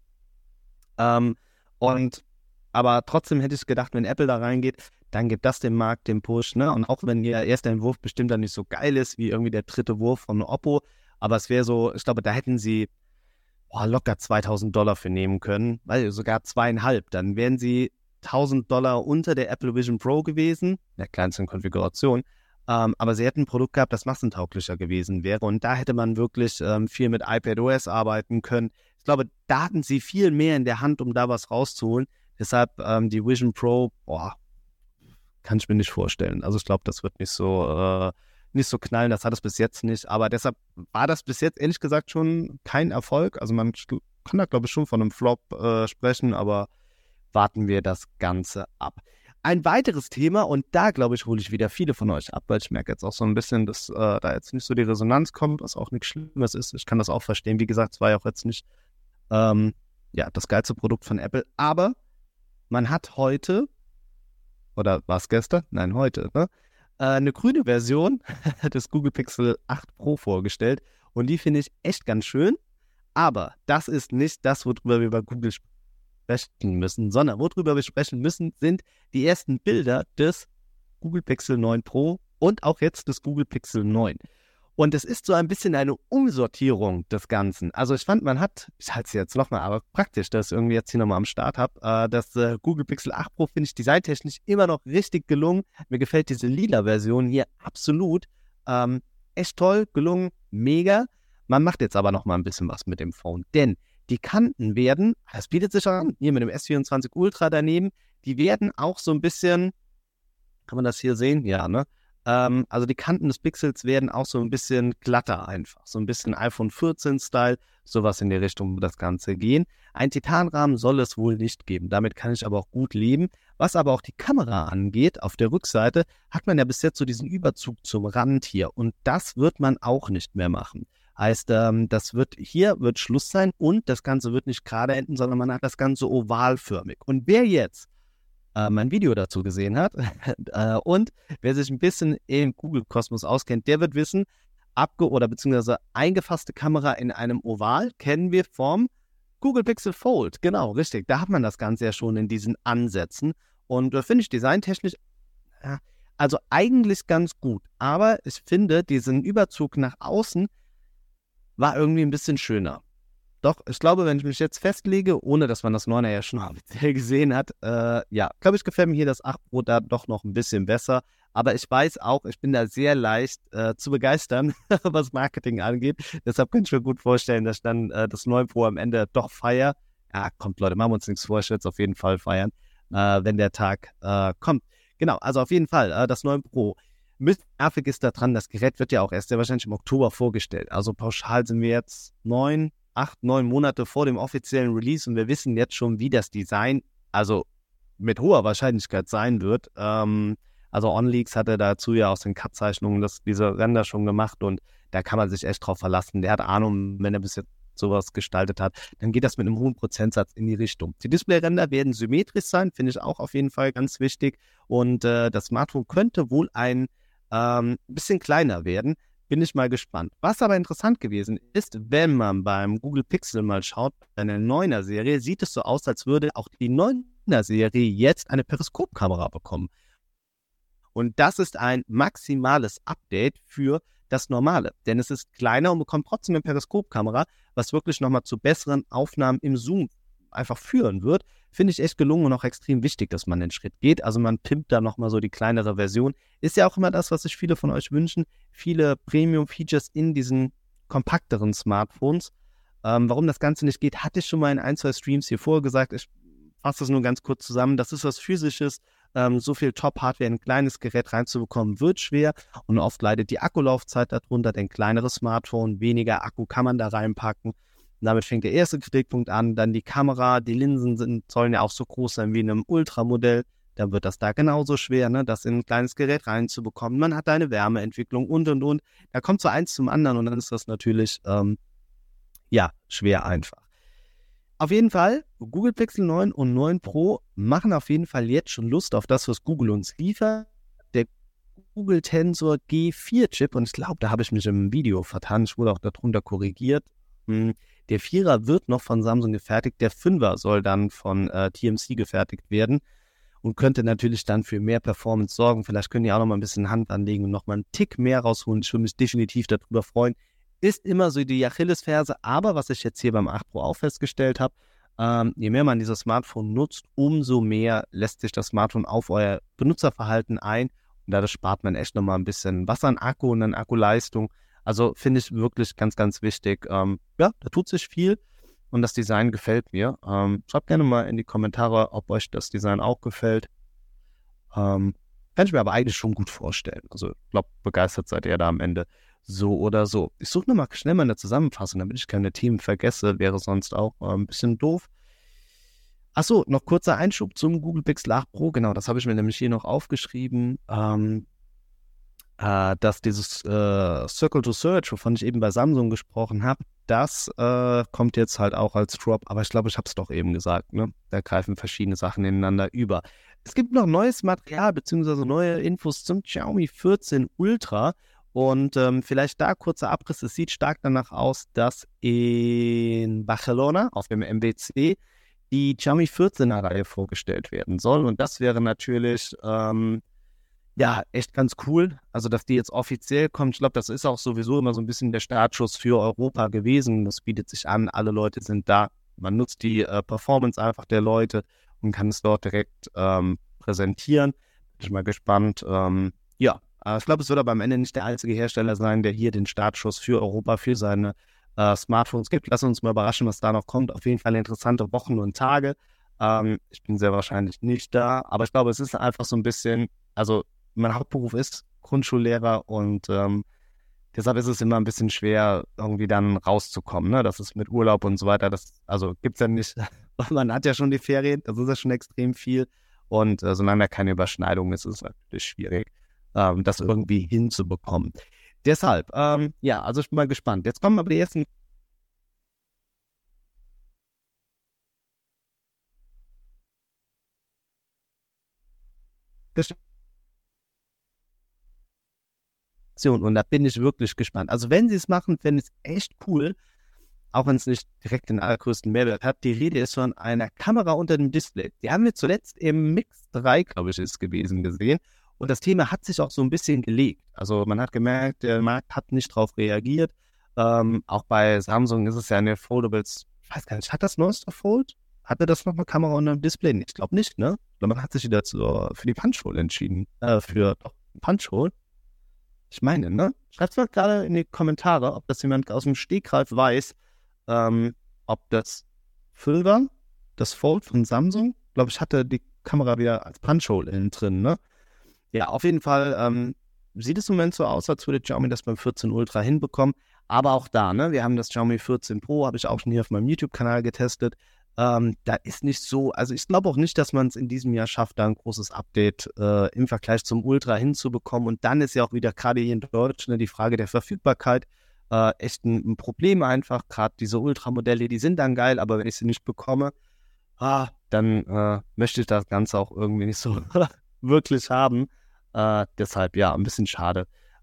Ähm, und aber trotzdem hätte ich gedacht, wenn Apple da reingeht, dann gibt das dem Markt den Push, ne? Und auch wenn ihr erster Entwurf bestimmt dann nicht so geil ist, wie irgendwie der dritte Wurf von Oppo, aber es wäre so, ich glaube, da hätten sie boah, locker zweitausend Dollar für nehmen können, weil sogar zweieinhalb, dann wären sie tausend Dollar unter der Apple Vision Pro gewesen, der kleinsten Konfiguration, ähm, aber sie hätten ein Produkt gehabt, das massentauglicher gewesen wäre und da hätte man wirklich ähm, viel mit iPadOS arbeiten können. Ich glaube, da hatten sie viel mehr in der Hand, um da was rauszuholen. Deshalb ähm, die Vision Pro, boah, kann ich mir nicht vorstellen. Also ich glaube, das wird nicht so, äh, nicht so knallen, das hat es bis jetzt nicht. Aber deshalb war das bis jetzt ehrlich gesagt schon kein Erfolg. Also man kann da, glaube ich, schon von einem Flop äh, sprechen, aber warten wir das Ganze ab. Ein weiteres Thema, und da, glaube ich, hole ich wieder viele von euch ab, weil ich merke jetzt auch so ein bisschen, dass äh, da jetzt nicht so die Resonanz kommt, was auch nichts Schlimmes ist. Ich kann das auch verstehen. Wie gesagt, es war ja auch jetzt nicht ähm, ja, das geilste Produkt von Apple, aber man hat heute, oder war es gestern? Nein, heute, ne? Äh, eine grüne Version des Google Pixel acht Pro vorgestellt. Und die finde ich echt ganz schön. Aber das ist nicht das, worüber wir bei Google sprechen müssen, sondern worüber wir sprechen müssen, sind die ersten Bilder des Google Pixel neun Pro und auch jetzt des Google Pixel neun. Und es ist so ein bisschen eine Umsortierung des Ganzen. Also ich fand, man hat, ich halte es jetzt nochmal, aber praktisch, dass ich irgendwie jetzt hier nochmal am Start habe, äh, das äh, Google Pixel acht Pro finde ich designtechnisch immer noch richtig gelungen. Mir gefällt diese lila Version hier absolut. Ähm, echt toll, gelungen, mega. Man macht jetzt aber nochmal ein bisschen was mit dem Phone, denn die Kanten werden, das bietet sich an, hier mit dem S vierundzwanzig Ultra daneben, die werden auch so ein bisschen, kann man das hier sehen? Ja, ne? Ähm, also die Kanten des Pixels werden auch so ein bisschen glatter einfach, so ein bisschen iPhone vierzehn-Style, sowas in die Richtung das Ganze gehen. Ein Titanrahmen soll es wohl nicht geben, damit kann ich aber auch gut leben. Was aber auch die Kamera angeht, auf der Rückseite hat man ja bis jetzt so diesen Überzug zum Rand hier und das wird man auch nicht mehr machen. Heißt, ähm, das wird, hier wird Schluss sein und das Ganze wird nicht gerade enden, sondern man hat das Ganze ovalförmig. Und wer jetzt äh, mein Video dazu gesehen hat äh, und wer sich ein bisschen im Google-Kosmos auskennt, der wird wissen, abge- oder beziehungsweise eingefasste Kamera in einem Oval kennen wir vom Google Pixel Fold. Genau, richtig. Da hat man das Ganze ja schon in diesen Ansätzen und äh, finde ich designtechnisch ja, also eigentlich ganz gut. Aber ich finde, diesen Überzug nach außen war irgendwie ein bisschen schöner. Doch, ich glaube, wenn ich mich jetzt festlege, ohne dass man das neuner ja schon offiziell gesehen hat, äh, ja, glaube ich, gefällt mir hier das acht Pro da doch noch ein bisschen besser. Aber ich weiß auch, ich bin da sehr leicht äh, zu begeistern, was Marketing angeht. Deshalb kann ich mir gut vorstellen, dass ich dann äh, das neun Pro am Ende doch feiere. Ja, kommt Leute, machen wir uns nichts vor, ich werde es auf jeden Fall feiern, äh, wenn der Tag äh, kommt. Genau, also auf jeden Fall, äh, das neun Pro. Nervig ist da dran, das Gerät wird ja auch erst sehr wahrscheinlich im Oktober vorgestellt. Also pauschal sind wir jetzt neun, acht, neun Monate vor dem offiziellen Release und wir wissen jetzt schon, wie das Design, also mit hoher Wahrscheinlichkeit sein wird. Ähm, also OnLeaks hatte dazu ja aus den Cut-Zeichnungen das, diese Render schon gemacht und da kann man sich echt drauf verlassen. Der hat Ahnung, wenn er bis jetzt sowas gestaltet hat, dann geht das mit einem hohen Prozentsatz in die Richtung. Die Display-Ränder werden symmetrisch sein, finde ich auch auf jeden Fall ganz wichtig und äh, das Smartphone könnte wohl ein ähm, bisschen kleiner werden, bin ich mal gespannt. Was aber interessant gewesen ist, wenn man beim Google Pixel mal schaut, bei einer neuner Serie, sieht es so aus, als würde auch die neuner Serie jetzt eine Periskopkamera bekommen. Und das ist ein maximales Update für das Normale, denn es ist kleiner und bekommt trotzdem eine Periskopkamera, was wirklich nochmal zu besseren Aufnahmen im Zoom einfach führen wird. Finde ich echt gelungen und auch extrem wichtig, dass man den Schritt geht. Also man pimpt da nochmal so die kleinere Version. Ist ja auch immer das, was sich viele von euch wünschen. Viele Premium-Features in diesen kompakteren Smartphones. Ähm, warum das Ganze nicht geht, hatte ich schon mal in ein, zwei Streams hier vorher gesagt. Ich fasse das nur ganz kurz zusammen. Das ist was Physisches. Ähm, so viel Top-Hardware in ein kleines Gerät reinzubekommen, wird schwer. Und oft leidet die Akkulaufzeit darunter. Denn kleineres Smartphone, weniger Akku kann man da reinpacken. Und damit fängt der erste Kritikpunkt an. Dann die Kamera, die Linsen sind, sollen ja auch so groß sein wie in einem Ultramodell. Dann wird das da genauso schwer, ne, das in ein kleines Gerät reinzubekommen. Man hat da eine Wärmeentwicklung und, und, und. Da kommt so eins zum anderen und dann ist das natürlich, ähm, ja, schwer einfach. Auf jeden Fall, Google Pixel neun und neun Pro machen auf jeden Fall jetzt schon Lust auf das, was Google uns liefert. Der Google Tensor G vier Chip, und ich glaube, da habe ich mich im Video vertan, ich wurde auch darunter korrigiert. Hm. Der Vierer wird noch von Samsung gefertigt, der Fünfer soll dann von äh, T M C gefertigt werden und könnte natürlich dann für mehr Performance sorgen. Vielleicht können die auch noch mal ein bisschen Hand anlegen und noch mal einen Tick mehr rausholen. Ich würde mich definitiv darüber freuen. Ist immer so die Achillesferse, aber was ich jetzt hier beim acht Pro auch festgestellt habe, ähm, je mehr man dieses Smartphone nutzt, umso mehr lässt sich das Smartphone auf euer Benutzerverhalten ein und dadurch spart man echt noch mal ein bisschen Wasser an Akku und an Akkuleistung. Also finde ich wirklich ganz, ganz wichtig. Ähm, ja, da tut sich viel und das Design gefällt mir. Ähm, schreibt gerne mal in die Kommentare, ob euch das Design auch gefällt. Ähm, kann ich mir aber eigentlich schon gut vorstellen. Also ich glaube, begeistert seid ihr da am Ende so oder so. Ich suche nochmal schnell mal eine Zusammenfassung, damit ich keine Themen vergesse. Wäre sonst auch äh, ein bisschen doof. Achso, noch kurzer Einschub zum Google Pixel acht Pro. Genau, das habe ich mir nämlich hier noch aufgeschrieben. Ähm, Uh, dass dieses uh, Circle to Search, wovon ich eben bei Samsung gesprochen habe, das uh, kommt jetzt halt auch als Drop, aber ich glaube, ich habe es doch eben gesagt, ne? Da greifen verschiedene Sachen ineinander über. Es gibt noch neues Material bzw. neue Infos zum Xiaomi vierzehn Ultra und ähm, vielleicht da kurzer Abriss. Es sieht stark danach aus, dass in Barcelona auf dem M W C die Xiaomi vierzehner Reihe vorgestellt werden soll und das wäre natürlich ähm, ja, echt ganz cool. Also, dass die jetzt offiziell kommt, ich glaube, das ist auch sowieso immer so ein bisschen der Startschuss für Europa gewesen. Das bietet sich an, alle Leute sind da. Man nutzt die äh, Performance einfach der Leute und kann es dort direkt ähm, präsentieren. Bin ich mal gespannt. Ähm, ja, äh, ich glaube, es wird aber am Ende nicht der einzige Hersteller sein, der hier den Startschuss für Europa, für seine äh, Smartphones gibt. Lass uns mal überraschen, was da noch kommt. Auf jeden Fall interessante Wochen und Tage. Ähm, ich bin sehr wahrscheinlich nicht da, aber ich glaube, es ist einfach so ein bisschen, also mein Hauptberuf ist Grundschullehrer und ähm, deshalb ist es immer ein bisschen schwer, irgendwie dann rauszukommen. Ne? Das ist mit Urlaub und so weiter, das also gibt es ja nicht. Man hat ja schon die Ferien, das ist ja schon extrem viel. Und äh, solange da keine Überschneidung ist, ist es natürlich schwierig, ähm, das irgendwie hinzubekommen. Deshalb, ähm, ja, also ich bin mal gespannt. Jetzt kommen aber die ersten und da bin ich wirklich gespannt. Also wenn sie es machen, fände ich es echt cool, auch wenn es nicht direkt den allergrößten Mehrwert hat. Die Rede ist von einer Kamera unter dem Display. Die haben wir zuletzt im Mix drei, glaube ich, ist gewesen, gesehen. Und das Thema hat sich auch so ein bisschen gelegt. Also man hat gemerkt, der Markt hat nicht darauf reagiert. Ähm, auch bei Samsung ist es ja eine Foldables, ich weiß gar nicht, hat das neueste Fold? Hatte das noch eine Kamera unter dem Display? Ich glaube nicht, ne? Ich glaube, man hat sich wieder zu, für die Punch-Hole entschieden. Äh, für doch, Punch-Hole. Ich meine, ne? Schreibt mal gerade in die Kommentare, ob das jemand aus dem Stegreif weiß, ähm, ob das Silver, das Fold von Samsung, glaube ich, hatte die Kamera wieder als Punch-Hole innen drin, ne? Ja, auf jeden Fall ähm, sieht es im Moment so aus, als würde Xiaomi das beim vierzehn Ultra hinbekommen. Aber auch da, ne? Wir haben das Xiaomi vierzehn Pro, habe ich auch schon hier auf meinem YouTube-Kanal getestet. Ähm, da ist nicht so, also ich glaube auch nicht, dass man es in diesem Jahr schafft, da ein großes Update äh, im Vergleich zum Ultra hinzubekommen. Und dann ist ja auch wieder gerade hier in Deutschland die Frage der Verfügbarkeit äh, echt ein, ein Problem einfach. Gerade diese Ultra-Modelle, die sind dann geil, aber wenn ich sie nicht bekomme, ah, dann äh, möchte ich das Ganze auch irgendwie nicht so wirklich haben. Äh, deshalb ja, ein bisschen schade.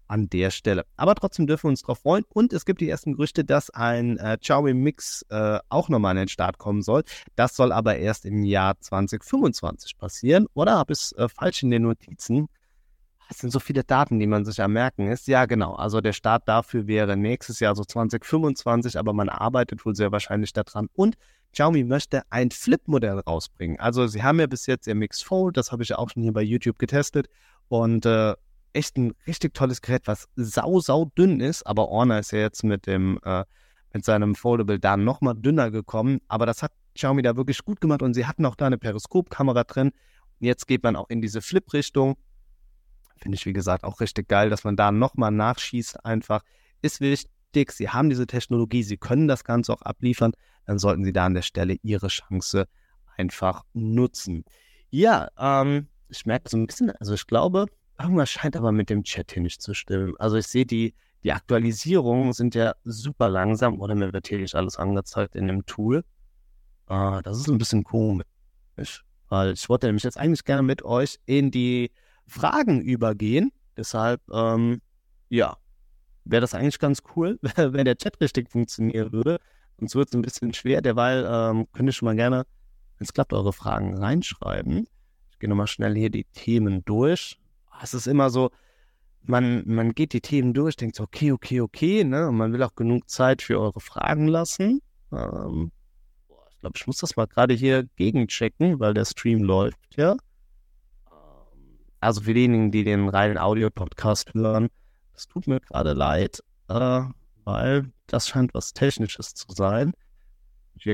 an der Stelle. Aber trotzdem dürfen wir uns drauf freuen. Und es gibt die ersten Gerüchte, dass ein äh, Xiaomi Mix äh, auch nochmal an den Start kommen soll. Das soll aber erst im Jahr zwanzig fünfundzwanzig passieren. Oder habe ich es äh, falsch in den Notizen? Es sind so viele Daten, die man sich ja merken ist. Ja, genau. Also der Start dafür wäre nächstes Jahr, so zwanzig fünfundzwanzig, aber man arbeitet wohl sehr wahrscheinlich daran. Und Xiaomi möchte ein Flip-Modell rausbringen. Also sie haben ja bis jetzt ihr Mix Fold, das habe ich ja auch schon hier bei YouTube getestet. Und äh, echt ein richtig tolles Gerät, was sau, sau dünn ist. Aber Honor ist ja jetzt mit dem äh, mit seinem Foldable da nochmal dünner gekommen. Aber das hat Xiaomi da wirklich gut gemacht. Und sie hatten auch da eine Periskopkamera drin. Und jetzt geht man auch in diese Flip-Richtung. Finde ich, wie gesagt, auch richtig geil, dass man da nochmal nachschießt einfach. Ist wichtig, sie haben diese Technologie, sie können das Ganze auch abliefern, dann sollten sie da an der Stelle ihre Chance einfach nutzen. Ja, ähm, ich merke so ein bisschen, also ich glaube, irgendwas scheint aber mit dem Chat hier nicht zu stimmen. Also ich sehe, die, die Aktualisierungen sind ja super langsam, oder mir wird hier nicht alles angezeigt in dem Tool. Äh, das ist ein bisschen komisch, weil ich wollte nämlich jetzt eigentlich gerne mit euch in die Fragen übergehen. Deshalb, ähm, ja, wäre das eigentlich ganz cool, wenn der Chat richtig funktionieren würde. Sonst wird es ein bisschen schwer. Derweil ähm, könnt ihr schon mal gerne, wenn es klappt, eure Fragen reinschreiben. Ich gehe nochmal schnell hier die Themen durch. Es ist immer so, man, man geht die Themen durch, denkt so, okay, okay, okay, ne? Und man will auch genug Zeit für eure Fragen lassen. Ähm, ich glaube, ich muss das mal gerade hier gegenchecken, weil der Stream läuft, ja. Also für diejenigen, die den reinen Audio-Podcast hören, das tut mir gerade leid, äh, weil das scheint was Technisches zu sein. Hier.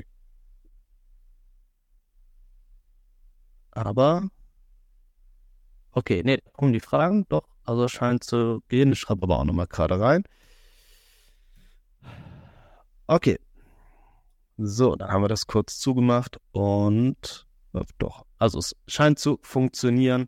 Aber, okay, ne, kommen die Fragen doch, also scheint zu gehen. Ich schreibe aber auch nochmal gerade rein. Okay. So, dann haben wir das kurz zugemacht und äh, doch, also es scheint zu funktionieren.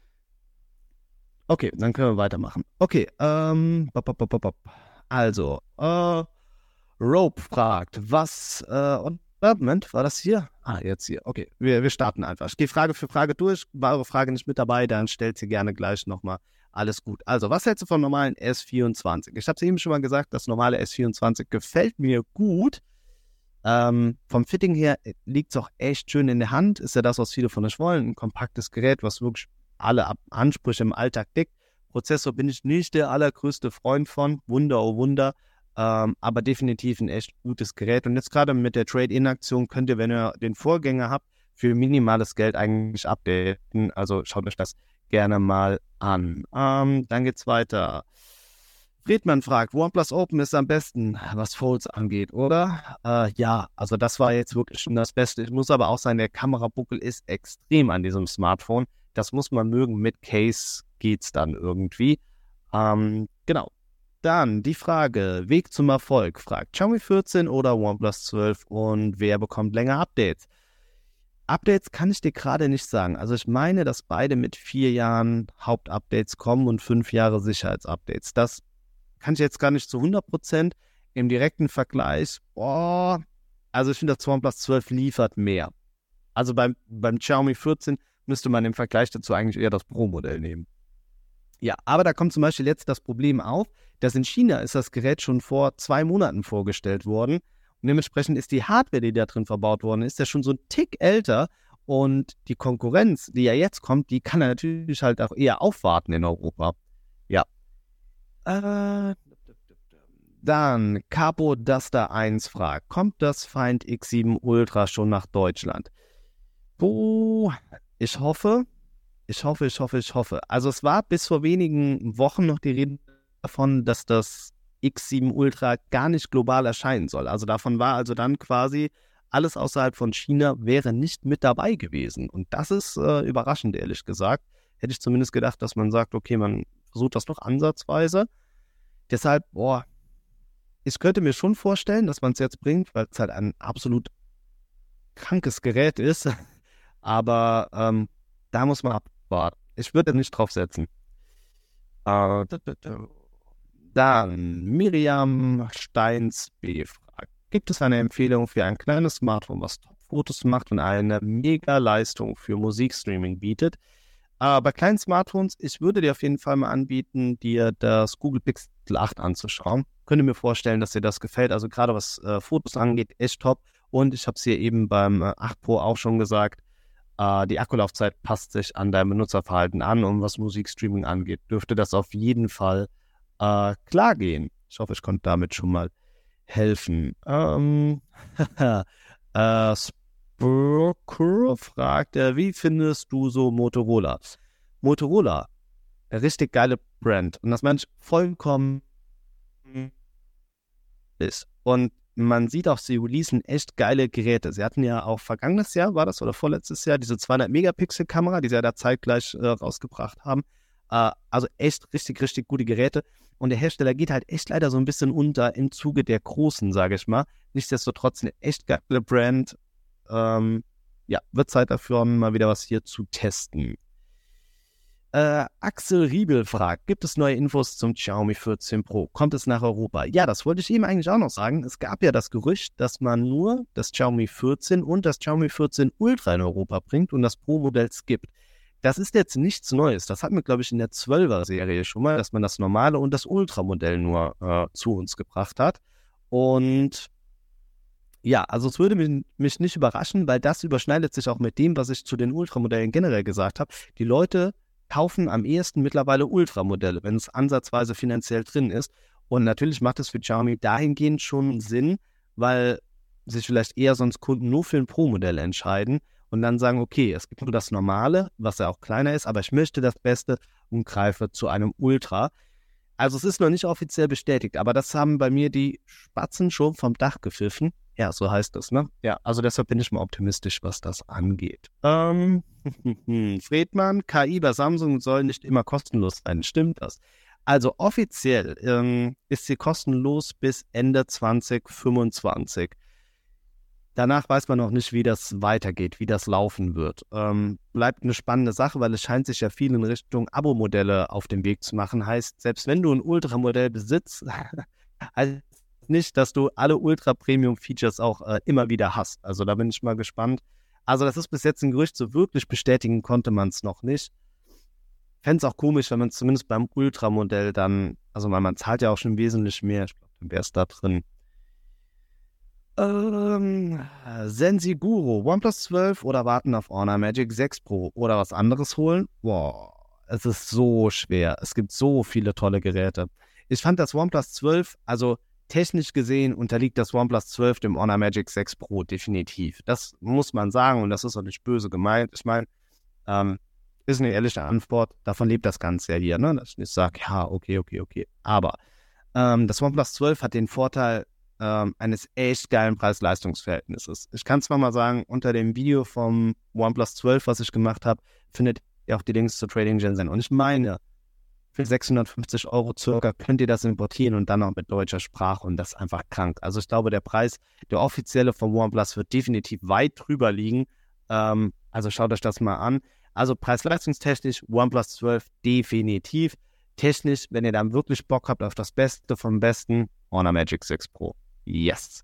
Okay, dann können wir weitermachen. Okay, ähm, bop, bop, bop, bop. Also, äh, Rope fragt, was, äh, und, Moment, war das hier? Ah, jetzt hier. Okay, wir, wir starten einfach. Ich gehe Frage für Frage durch. War eure Frage nicht mit dabei, dann stellt sie gerne gleich nochmal. Alles gut. Also, was hältst du vom normalen S vierundzwanzig? Ich habe es eben schon mal gesagt, das normale S vierundzwanzig gefällt mir gut. Ähm, vom Fitting her liegt es auch echt schön in der Hand. Ist ja das, was viele von euch wollen. Ein kompaktes Gerät, was wirklich alle Ansprüche im Alltag deckt. Prozessor bin ich nicht der allergrößte Freund von. Wunder, oh Wunder. Ähm, aber definitiv ein echt gutes Gerät. Und jetzt gerade mit der Trade-In-Aktion könnt ihr, wenn ihr den Vorgänger habt, für minimales Geld eigentlich updaten. Also schaut euch das gerne mal an. Ähm, dann geht's weiter. Friedmann fragt, OnePlus Open ist am besten, was Folds angeht, oder? Äh, ja, also das war jetzt wirklich schon das Beste. Ich muss aber auch sagen, der Kamerabuckel ist extrem an diesem Smartphone. Das muss man mögen. Mit Case geht's dann irgendwie. Ähm, genau. Dann die Frage, Weg zum Erfolg, fragt Xiaomi vierzehn oder OnePlus zwölf und wer bekommt länger Updates? Updates kann ich dir gerade nicht sagen. Also ich meine, dass beide mit vier Jahren Hauptupdates kommen und fünf Jahre Sicherheitsupdates. Das kann ich jetzt gar nicht zu hundert Prozent im direkten Vergleich. Boah, also ich finde, das OnePlus zwölf liefert mehr. Also beim, beim Xiaomi vierzehn müsste man im Vergleich dazu eigentlich eher das Pro-Modell nehmen. Ja, aber da kommt zum Beispiel jetzt das Problem auf, dass in China ist das Gerät schon vor zwei Monaten vorgestellt worden. Und dementsprechend ist die Hardware, die da drin verbaut worden ist, ja schon so ein Tick älter. Und die Konkurrenz, die ja jetzt kommt, die kann natürlich halt auch eher aufwarten in Europa. Ja. Äh, dann Capo Duster eins fragt, kommt das Find X sieben Ultra schon nach Deutschland? Oh, ich hoffe, ich hoffe, ich hoffe, ich hoffe. Also es war bis vor wenigen Wochen noch die Rede davon, dass das X sieben Ultra gar nicht global erscheinen soll. Also davon war also dann quasi alles außerhalb von China wäre nicht mit dabei gewesen. Und das ist äh, überraschend, ehrlich gesagt. Hätte ich zumindest gedacht, dass man sagt, okay, man versucht das noch ansatzweise. Deshalb, boah, ich könnte mir schon vorstellen, dass man es jetzt bringt, weil es halt ein absolut krankes Gerät ist. Aber ähm, da muss man abwarten. Ich würde nicht drauf setzen. Äh, dann Miriam Steins B fragt, gibt es eine Empfehlung für ein kleines Smartphone, was Top-Fotos macht und eine Mega-Leistung für Musikstreaming bietet? Aber bei kleinen Smartphones, ich würde dir auf jeden Fall mal anbieten, dir das Google Pixel acht anzuschauen. Könnte mir vorstellen, dass dir das gefällt. Also gerade was äh, Fotos angeht, echt top. Und ich habe es hier eben beim äh, acht Pro auch schon gesagt, äh, die Akkulaufzeit passt sich an dein Benutzerverhalten an. Und was Musikstreaming angeht, dürfte das auf jeden Fall äh, klar gehen. Ich hoffe, ich konnte damit schon mal helfen. Ähm, äh, Spurkur fragt, äh, wie findest du so Motorola? Motorola, eine richtig geile Brand. Und das meine ich vollkommen ist. Und man sieht auch, sie releasen echt geile Geräte. Sie hatten ja auch vergangenes Jahr, war das, oder vorletztes Jahr, diese zweihundert Megapixel Kamera, die sie ja da zeitgleich äh, rausgebracht haben. Äh, also echt richtig, richtig gute Geräte. Und der Hersteller geht halt echt leider so ein bisschen unter im Zuge der Großen, sage ich mal. Nichtsdestotrotz eine echt geile Brand. Ähm, ja, wird Zeit dafür, mal wieder was hier zu testen. Äh, Axel Riebel fragt, gibt es neue Infos zum Xiaomi vierzehn Pro? Kommt es nach Europa? Ja, das wollte ich eben eigentlich auch noch sagen. Es gab ja das Gerücht, dass man nur das Xiaomi vierzehn und das Xiaomi vierzehn Ultra in Europa bringt und das Pro-Modell skippt. Das ist jetzt nichts Neues. Das hatten wir, glaube ich, in der zwölfer-Serie schon mal, dass man das normale und das Ultra-Modell nur äh, zu uns gebracht hat. Und ja, also es würde mich, mich nicht überraschen, weil das überschneidet sich auch mit dem, was ich zu den Ultramodellen generell gesagt habe. Die Leute kaufen am ehesten mittlerweile Ultramodelle, wenn es ansatzweise finanziell drin ist. Und natürlich macht es für Xiaomi dahingehend schon Sinn, weil sich vielleicht eher sonst Kunden nur für ein Pro-Modell entscheiden und dann sagen, okay, es gibt nur das Normale, was ja auch kleiner ist, aber ich möchte das Beste und greife zu einem Ultra. Also es ist noch nicht offiziell bestätigt, aber das haben bei mir die Spatzen schon vom Dach gepfiffen. Ja, so heißt das, ne? Ja, also deshalb bin ich mal optimistisch, was das angeht. Ähm, Fredmann, K I bei Samsung soll nicht immer kostenlos sein. Stimmt das? Also offiziell ähm, ist sie kostenlos bis Ende zwanzig fünfundzwanzig. Danach weiß man noch nicht, wie das weitergeht, wie das laufen wird. Ähm, bleibt eine spannende Sache, weil es scheint sich ja viel in Richtung Abo-Modelle auf den Weg zu machen. Heißt, selbst wenn du ein Ultramodell besitzt, heißt nicht, dass du alle Ultra-Premium-Features auch äh, immer wieder hast. Also da bin ich mal gespannt. Also das ist bis jetzt ein Gerücht, so wirklich bestätigen konnte man es noch nicht. Fände es auch komisch, wenn man es zumindest beim Ultra-Modell dann, also weil man zahlt ja auch schon wesentlich mehr, ich glaube, dann wäre es da drin. Ähm, Sensiguro, OnePlus zwölf oder warten auf Honor Magic sechs Pro oder was anderes holen? Boah, es ist so schwer. Es gibt so viele tolle Geräte. Ich fand das OnePlus zwölf, also technisch gesehen unterliegt das OnePlus zwölf dem Honor Magic sechs Pro definitiv. Das muss man sagen und das ist auch nicht böse gemeint. Ich meine, ähm, ist eine ehrliche Antwort. Davon lebt das Ganze ja hier, ne? Dass ich nicht sage, ja, okay, okay, okay. Aber ähm, das OnePlus zwölf hat den Vorteil ähm, eines echt geilen Preis-Leistungs-Verhältnisses. Ich kann zwar mal sagen, unter dem Video vom OnePlus zwölf, was ich gemacht habe, findet ihr auch die Links zur Trading Gen sein. Und ich meine, für sechshundertfünfzig Euro circa könnt ihr das importieren und dann auch mit deutscher Sprache und das ist einfach krank. Also ich glaube, der Preis, der offizielle vom OnePlus wird definitiv weit drüber liegen. Ähm, also schaut euch das mal an. Also preis-leistungstechnisch OnePlus zwölf definitiv. Technisch, wenn ihr dann wirklich Bock habt auf das Beste vom Besten, Honor Magic sechs Pro. Yes.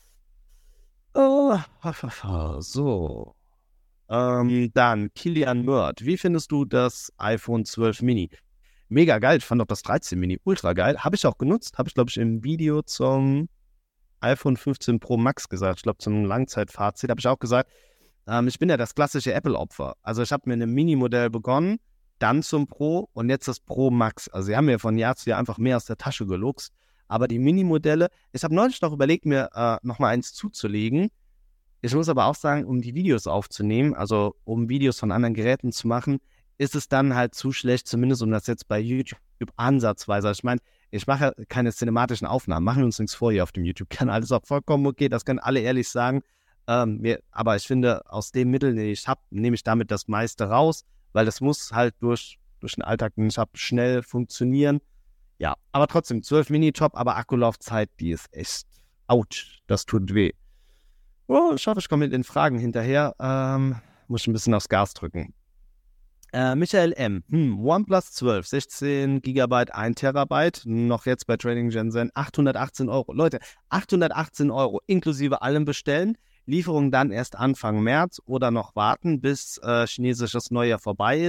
Oh, so. Ähm, dann Kilian Mörd. Wie findest du das iPhone zwölf Mini? Mega geil. Ich fand auch das dreizehn Mini ultra geil. Habe ich auch genutzt. Habe ich, glaube ich, im Video zum iPhone fünfzehn Pro Max gesagt. Ich glaube, zum Langzeitfazit habe ich auch gesagt, ähm, ich bin ja das klassische Apple-Opfer. Also ich habe mir ein Mini-Modell begonnen, dann zum Pro und jetzt das Pro Max. Also sie haben mir von Jahr zu Jahr einfach mehr aus der Tasche geluchst. Aber die Mini-Modelle, ich habe neulich noch überlegt, mir äh, nochmal eins zuzulegen. Ich muss aber auch sagen, um die Videos aufzunehmen, also um Videos von anderen Geräten zu machen, ist es dann halt zu schlecht, zumindest um das jetzt bei YouTube ansatzweise. Also ich meine, ich mache keine cinematischen Aufnahmen, machen wir uns nichts vor hier auf dem YouTube-Kanal. Das ist auch vollkommen okay, das können alle ehrlich sagen. Ähm, mir, aber ich finde, aus dem Mittel, den ich habe, nehme ich damit das meiste raus, weil das muss halt durch, durch den Alltag, den ich habe, schnell funktionieren. Ja, aber trotzdem, zwölf Mini top, aber Akkulaufzeit, die ist echt, ouch, das tut weh. Oh, ich hoffe, ich komme mit den Fragen hinterher. Ähm, muss ich ein bisschen aufs Gas drücken. Äh, Michael M. Hm, OnePlus zwölf, sechzehn Gigabyte, ein Terabyte, noch jetzt bei Trading Gen Z, achthundertachtzehn Euro. Leute, achthundertachtzehn Euro inklusive allem bestellen. Lieferung dann erst Anfang März oder noch warten, bis äh, chinesisches Neujahr vorbei ist.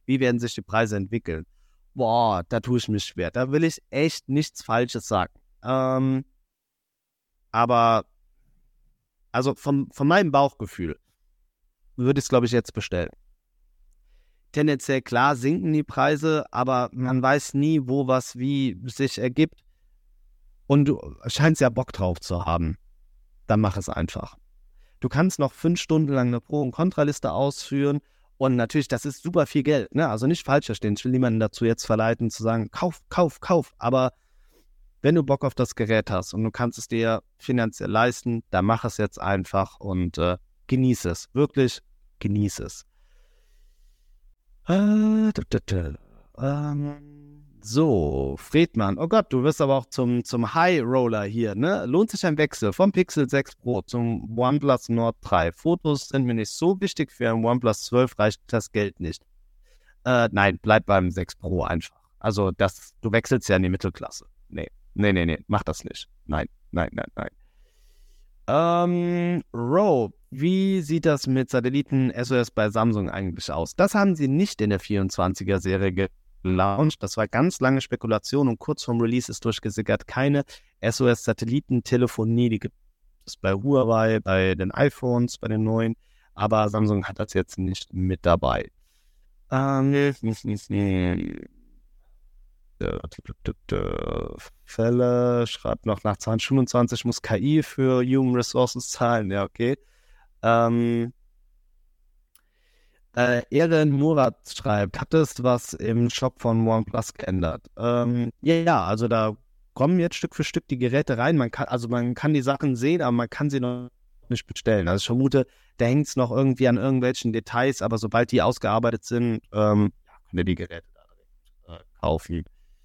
Wie werden sich die Preise entwickeln? Boah, da tue ich mich schwer. Da will ich echt nichts Falsches sagen. Ähm, aber, also von, von meinem Bauchgefühl würde ich es, glaube ich, jetzt bestellen. Tendenziell klar sinken die Preise, aber man weiß nie, wo was wie sich ergibt. Und du scheinst ja Bock drauf zu haben. Dann mach es einfach. Du kannst noch fünf Stunden lang eine Pro- und Kontraliste ausführen. Und natürlich, das ist super viel Geld. Ne? Also nicht falsch verstehen. Ich will niemanden dazu jetzt verleiten, zu sagen, kauf, kauf, kauf. Aber wenn du Bock auf das Gerät hast und du kannst es dir finanziell leisten, dann mach es jetzt einfach und äh, genieße es. Wirklich genieße es. Äh, da, da, da. Ähm, so, Fredmann. Oh Gott, du wirst aber auch zum, zum High-Roller hier, ne? Lohnt sich ein Wechsel vom Pixel sechs Pro zum OnePlus Nord drei? Fotos sind mir nicht so wichtig, für ein OnePlus zwölf reicht das Geld nicht. Äh, nein, bleib beim sechs Pro einfach. Also, das, du wechselst ja in die Mittelklasse. Nee, nee, nee, nee, mach das nicht. Nein, nein, nein, nein. Ähm, Roe, wie sieht das mit Satelliten-S O S bei Samsung eigentlich aus? Das haben sie nicht in der vierundzwanziger-Serie gelauncht. Das war ganz lange Spekulation und kurz vorm Release ist durchgesickert, keine S O S-Satellitentelefonie. Die gibt es bei Huawei, bei den iPhones, bei den neuen, aber Samsung hat das jetzt nicht mit dabei. Ähm, Fälle, schreibt noch nach zwanzig fünfundzwanzig muss K I für Human Resources zahlen. Ja, okay. Ähm, äh, Eren Murat schreibt, hat es was im Shop von OnePlus geändert? Ähm, ja, ja, also da kommen jetzt Stück für Stück die Geräte rein. Man kann, also man kann die Sachen sehen, aber man kann sie noch nicht bestellen. Also ich vermute, da hängt es noch irgendwie an irgendwelchen Details, aber sobald die ausgearbeitet sind, ähm, ja, könnt ihr die Geräte da direkt äh, kaufen.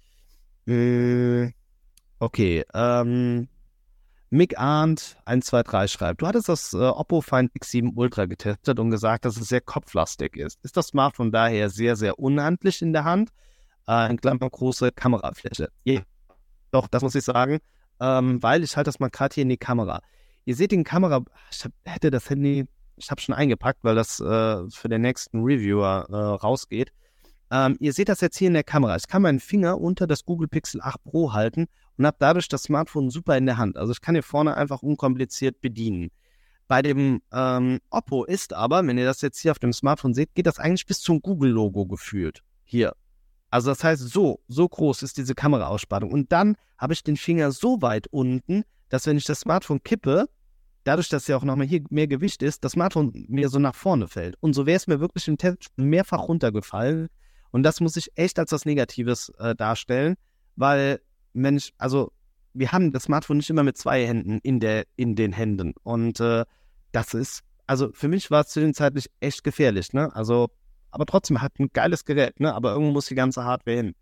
Äh, okay, ähm, Mick Arndt eins zwei drei schreibt, du hattest das äh, Oppo Find X sieben Ultra getestet und gesagt, dass es sehr kopflastig ist. Ist das Smartphone daher sehr, sehr unhandlich in der Hand? Äh, in Klammern große Kamerafläche. Ja, doch, das muss ich sagen, ähm, weil ich halte das mal gerade hier in die Kamera. Ihr seht die Kamera, ich hab, hätte das Handy, ich habe schon eingepackt, weil das äh, für den nächsten Reviewer äh, rausgeht. Ähm, ihr seht das jetzt hier in der Kamera. Ich kann meinen Finger unter das Google Pixel acht Pro halten und habe dadurch das Smartphone super in der Hand. Also ich kann hier vorne einfach unkompliziert bedienen. Bei dem ähm, Oppo ist aber, wenn ihr das jetzt hier auf dem Smartphone seht, geht das eigentlich bis zum Google-Logo gefühlt. Hier. Also das heißt, so, so groß ist diese Kameraausspannung. Und dann habe ich den Finger so weit unten, dass wenn ich das Smartphone kippe, dadurch, dass ja auch nochmal hier mehr Gewicht ist, das Smartphone mir so nach vorne fällt. Und so wäre es mir wirklich im Test mehrfach runtergefallen. Und das muss ich echt als was Negatives äh, darstellen, weil, Mensch, also wir haben das Smartphone nicht immer mit zwei Händen in, der, in den Händen. Und äh, das ist, also für mich war es zwischenzeitlich echt gefährlich, ne? Also, aber trotzdem hat ein geiles Gerät, ne? Aber irgendwo muss die ganze Hardware hin.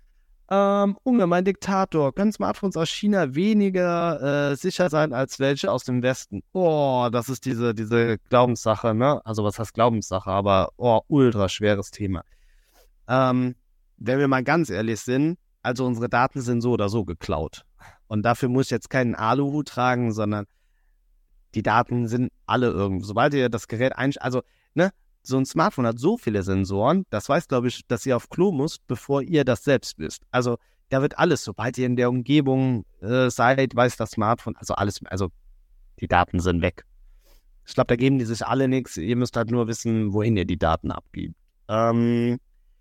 Ähm, Unge, mein Diktator, können Smartphones aus China weniger äh, sicher sein als welche aus dem Westen? Oh, das ist diese, diese Glaubenssache, ne? Also was heißt Glaubenssache, aber oh, ultra schweres Thema. Ähm, wenn wir mal ganz ehrlich sind, also unsere Daten sind so oder so geklaut. Und dafür muss ich jetzt keinen Aluhut tragen, sondern die Daten sind alle irgendwo. Sobald ihr das Gerät einsch... Also, ne, so ein Smartphone hat so viele Sensoren, das weiß, glaube ich, dass ihr auf Klo müsst, bevor ihr das selbst wisst. Also, da wird alles, sobald ihr in der Umgebung äh, seid, weiß das Smartphone, also alles, also die Daten sind weg. Ich glaube, da geben die sich alle nichts. Ihr müsst halt nur wissen, wohin ihr die Daten abgibt. Ähm...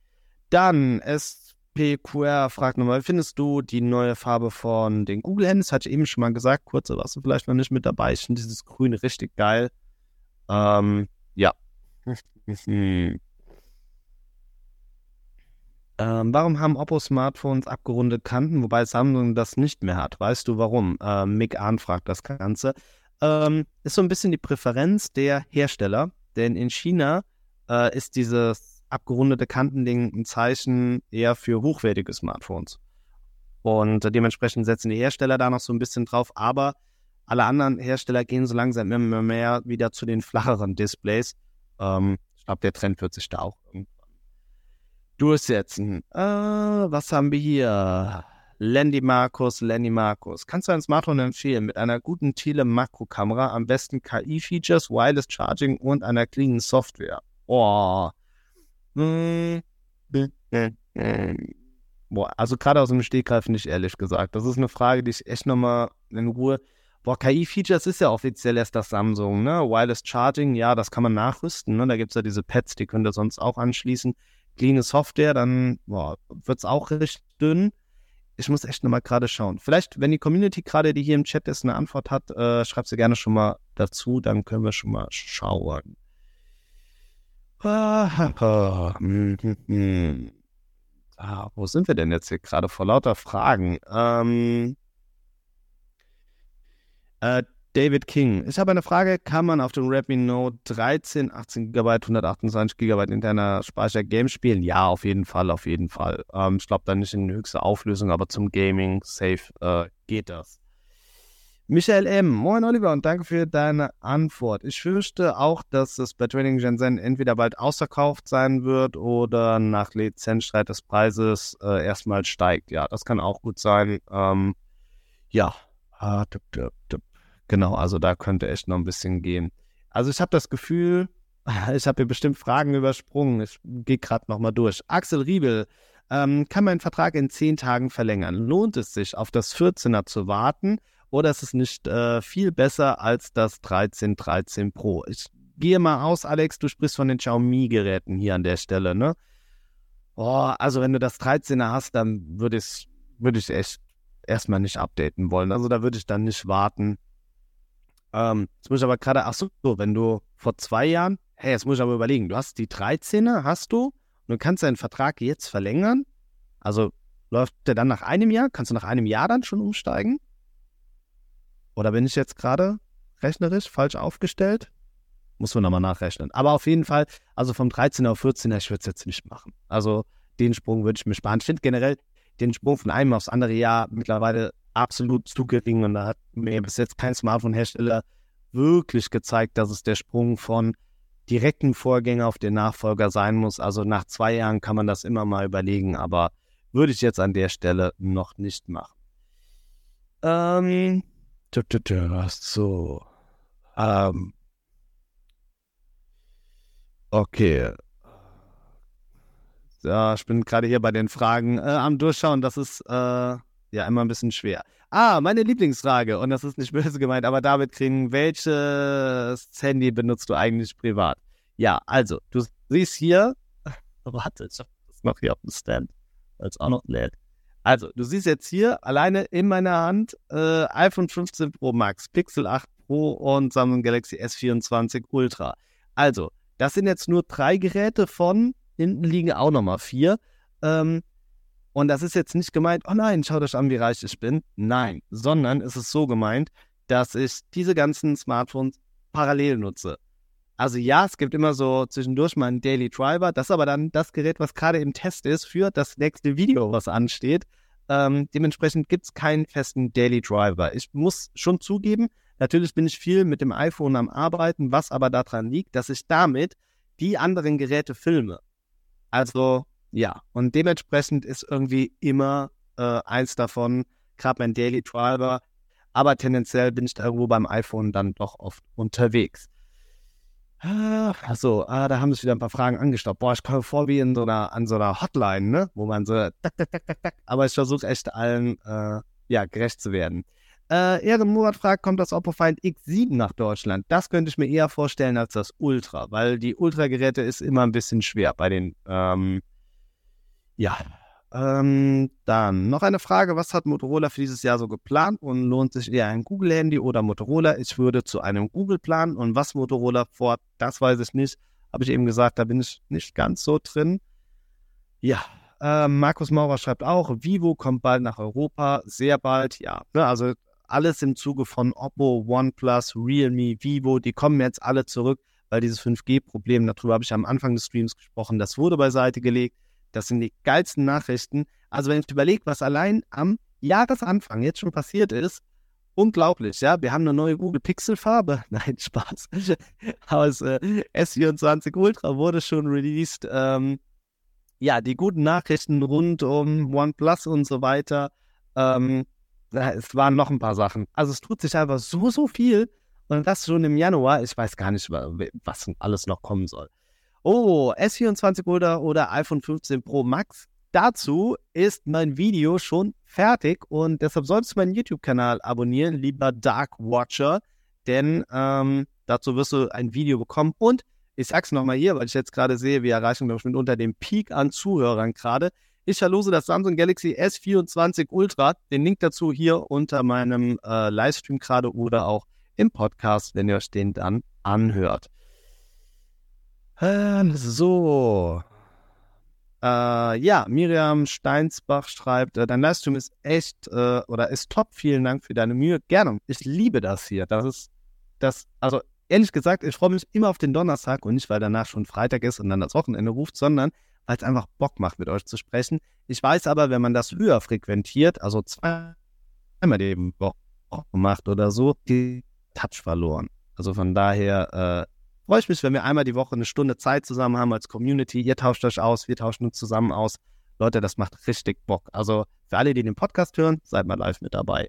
Dann S P Q R fragt nochmal, findest du die neue Farbe von den Google-Handys? Hatte ich eben schon mal gesagt, kurze warst du vielleicht noch nicht mit dabei. Ich finde dieses Grün richtig geil. Ähm, ja. ähm, warum haben Oppo-Smartphones abgerundete Kanten, wobei Samsung das nicht mehr hat? Weißt du warum? Ähm, Mick Ahn fragt das Ganze. Ähm, ist so ein bisschen die Präferenz der Hersteller, denn in China äh, ist dieses abgerundete Kantending ein Zeichen eher für hochwertige Smartphones. Und äh, dementsprechend setzen die Hersteller da noch so ein bisschen drauf, aber alle anderen Hersteller gehen so langsam immer mehr wieder zu den flacheren Displays. Ähm, ich glaube, der Trend wird sich da auch irgendwann durchsetzen. Äh, was haben wir hier? Landy Markus, Lenny Markus. Kannst du ein Smartphone empfehlen mit einer guten Tele-Makrokamera, am besten K I-Features, Wireless Charging und einer cleanen Software? Oh, Hm, Boah, also gerade aus dem Stegreif nicht, ehrlich gesagt. Das ist eine Frage, die ich echt nochmal in Ruhe... Boah, K I-Features ist ja offiziell erst das Samsung, ne? Wireless Charging, ja, das kann man nachrüsten, ne? Da gibt es ja diese Pads, die könnt ihr sonst auch anschließen. Cleane Software, dann wird es auch recht dünn. Ich muss echt nochmal gerade schauen. Vielleicht, wenn die Community gerade, die hier im Chat ist, eine Antwort hat, äh, schreibt sie gerne schon mal dazu, dann können wir schon mal schauen. Ah, ah, hm, hm, hm. Ah, wo sind wir denn jetzt hier gerade vor lauter Fragen? Ähm, äh, David King. Ich habe eine Frage. Kann man auf dem Redmi Note dreizehn, achtzehn Gigabyte, hundertachtundzwanzig Gigabyte interner Speicher Games spielen? Ja, auf jeden Fall, auf jeden Fall. Ähm, ich glaube dann nicht in höchste Auflösung, aber zum Gaming safe äh, geht das. Michael M. Moin Oliver und danke für deine Antwort. Ich fürchte auch, dass es bei Training Shenzhen entweder bald ausverkauft sein wird oder nach Lizenzstreit des Preises äh, erstmal steigt. Ja, das kann auch gut sein. Ähm, ja, ah, tup, tup, tup. Genau, also da könnte echt noch ein bisschen gehen. Also ich habe das Gefühl, ich habe hier bestimmt Fragen übersprungen. Ich gehe gerade nochmal durch. Axel Riebel, ähm, kann mein Vertrag in zehn Tagen verlängern? Lohnt es sich, auf das vierzehner zu warten? Oder ist es nicht äh, viel besser als das dreizehn dreizehn Pro? Ich gehe mal aus, Alex, du sprichst von den Xiaomi-Geräten hier an der Stelle, ne? Oh, also wenn du das dreizehner hast, dann würde ich würd ich echt erstmal nicht updaten wollen. Also da würde ich dann nicht warten. Ähm, jetzt muss ich aber gerade, ach so, wenn du vor zwei Jahren, hey, jetzt muss ich aber überlegen, du hast die dreizehner, hast du, und du kannst deinen Vertrag jetzt verlängern. Also läuft der dann nach einem Jahr? Kannst du nach einem Jahr dann schon umsteigen? Oder bin ich jetzt gerade rechnerisch falsch aufgestellt? Muss man nochmal nachrechnen. Aber auf jeden Fall, also vom dreizehner auf vierzehner, ich würde es jetzt nicht machen. Also den Sprung würde ich mir sparen. Ich finde generell den Sprung von einem aufs andere Jahr mittlerweile absolut zu gering. Und da hat mir bis jetzt kein Smartphone-Hersteller wirklich gezeigt, dass es der Sprung von direkten Vorgänger auf den Nachfolger sein muss. Also nach zwei Jahren kann man das immer mal überlegen, aber würde ich jetzt an der Stelle noch nicht machen. Ähm, so. Ähm, okay. Ja, ich bin gerade hier bei den Fragen äh, am Durchschauen. Das ist äh, ja immer ein bisschen schwer. Ah, meine Lieblingsfrage. Und das ist nicht böse gemeint, aber David Kring, welches Handy benutzt du eigentlich privat? Ja, also, du siehst hier, warte, ich hab das noch hier auf dem Stand, weil es auch noch lädt. Also, du siehst jetzt hier alleine in meiner Hand äh, iPhone fünfzehn Pro Max, Pixel acht Pro und Samsung Galaxy S vierundzwanzig Ultra. Also, das sind jetzt nur drei Geräte von, hinten liegen auch nochmal vier. Ähm, und das ist jetzt nicht gemeint, oh nein, schaut euch an, wie reich ich bin. Nein, sondern es ist so gemeint, dass ich diese ganzen Smartphones parallel nutze. Also ja, es gibt immer so zwischendurch mal einen Daily Driver. Das ist aber dann das Gerät, was gerade im Test ist für das nächste Video, was ansteht. Ähm, dementsprechend gibt es keinen festen Daily Driver. Ich muss schon zugeben, natürlich bin ich viel mit dem iPhone am Arbeiten, was aber daran liegt, dass ich damit die anderen Geräte filme. Also ja, und dementsprechend ist irgendwie immer äh, eins davon, gerade mein Daily Driver. Aber tendenziell bin ich da irgendwo beim iPhone dann doch oft unterwegs. Achso, ah, da haben sich wieder ein paar Fragen angestaubt. Boah, ich komme vor wie in so einer, an so einer Hotline, ne? Wo man so tak, tak, tak, tak, tak. Aber ich versuche echt allen äh, ja, gerecht zu werden. Äh, Ehrenmurat fragt, kommt das Oppo Find X sieben nach Deutschland? Das könnte ich mir eher vorstellen als das Ultra, weil die Ultra-Geräte ist immer ein bisschen schwer bei den, ähm, ja, Ähm, dann noch eine Frage, was hat Motorola für dieses Jahr so geplant und lohnt sich eher ein Google-Handy oder Motorola? Ich würde zu einem Google planen und was Motorola vorhat, das weiß ich nicht. Habe ich eben gesagt, da bin ich nicht ganz so drin. Ja, äh, Markus Maurer schreibt auch, Vivo kommt bald nach Europa, sehr bald, ja. Ne, also alles im Zuge von Oppo, OnePlus, Realme, Vivo, die kommen jetzt alle zurück, weil dieses fünf G-Problem, darüber habe ich am Anfang des Streams gesprochen, das wurde beiseite gelegt. Das sind die geilsten Nachrichten. Also wenn ich überlege, was allein am Jahresanfang jetzt schon passiert ist, unglaublich, ja. Wir haben eine neue Google Pixel-Farbe. Nein, Spaß. Aber das äh, S vierundzwanzig Ultra wurde schon released. Ähm, ja, die guten Nachrichten rund um OnePlus und so weiter. Ähm, es waren noch ein paar Sachen. Also es tut sich einfach so, so viel. Und das schon im Januar. Ich weiß gar nicht, was alles noch kommen soll. Oh, S vierundzwanzig oder, oder iPhone fünfzehn Pro Max. Dazu ist mein Video schon fertig und deshalb solltest du meinen YouTube-Kanal abonnieren, lieber Dark Watcher, denn ähm, dazu wirst du ein Video bekommen. Und ich sag's nochmal hier, weil ich jetzt gerade sehe, wir erreichen, glaube ich, mit unter dem Peak an Zuhörern gerade. Ich verlose das Samsung Galaxy S vierundzwanzig Ultra. Den Link dazu hier unter meinem äh, Livestream gerade oder auch im Podcast, wenn ihr euch den dann anhört. Ähm, so. Äh, ja, Miriam Steinsbach schreibt, äh, dein Livestream ist echt äh, oder ist top. Vielen Dank für deine Mühe. Gerne. Ich liebe das hier. Das ist das, also ehrlich gesagt, ich freue mich immer auf den Donnerstag und nicht, weil danach schon Freitag ist und dann das Wochenende ruft, sondern weil es einfach Bock macht, mit euch zu sprechen. Ich weiß aber, wenn man das höher frequentiert, also zweimal die Woche macht oder so, die Touch verloren. Also von daher äh, freue ich mich, wenn wir einmal die Woche eine Stunde Zeit zusammen haben als Community. Ihr tauscht euch aus, wir tauschen uns zusammen aus. Leute, das macht richtig Bock. Also für alle, die den Podcast hören, seid mal live mit dabei.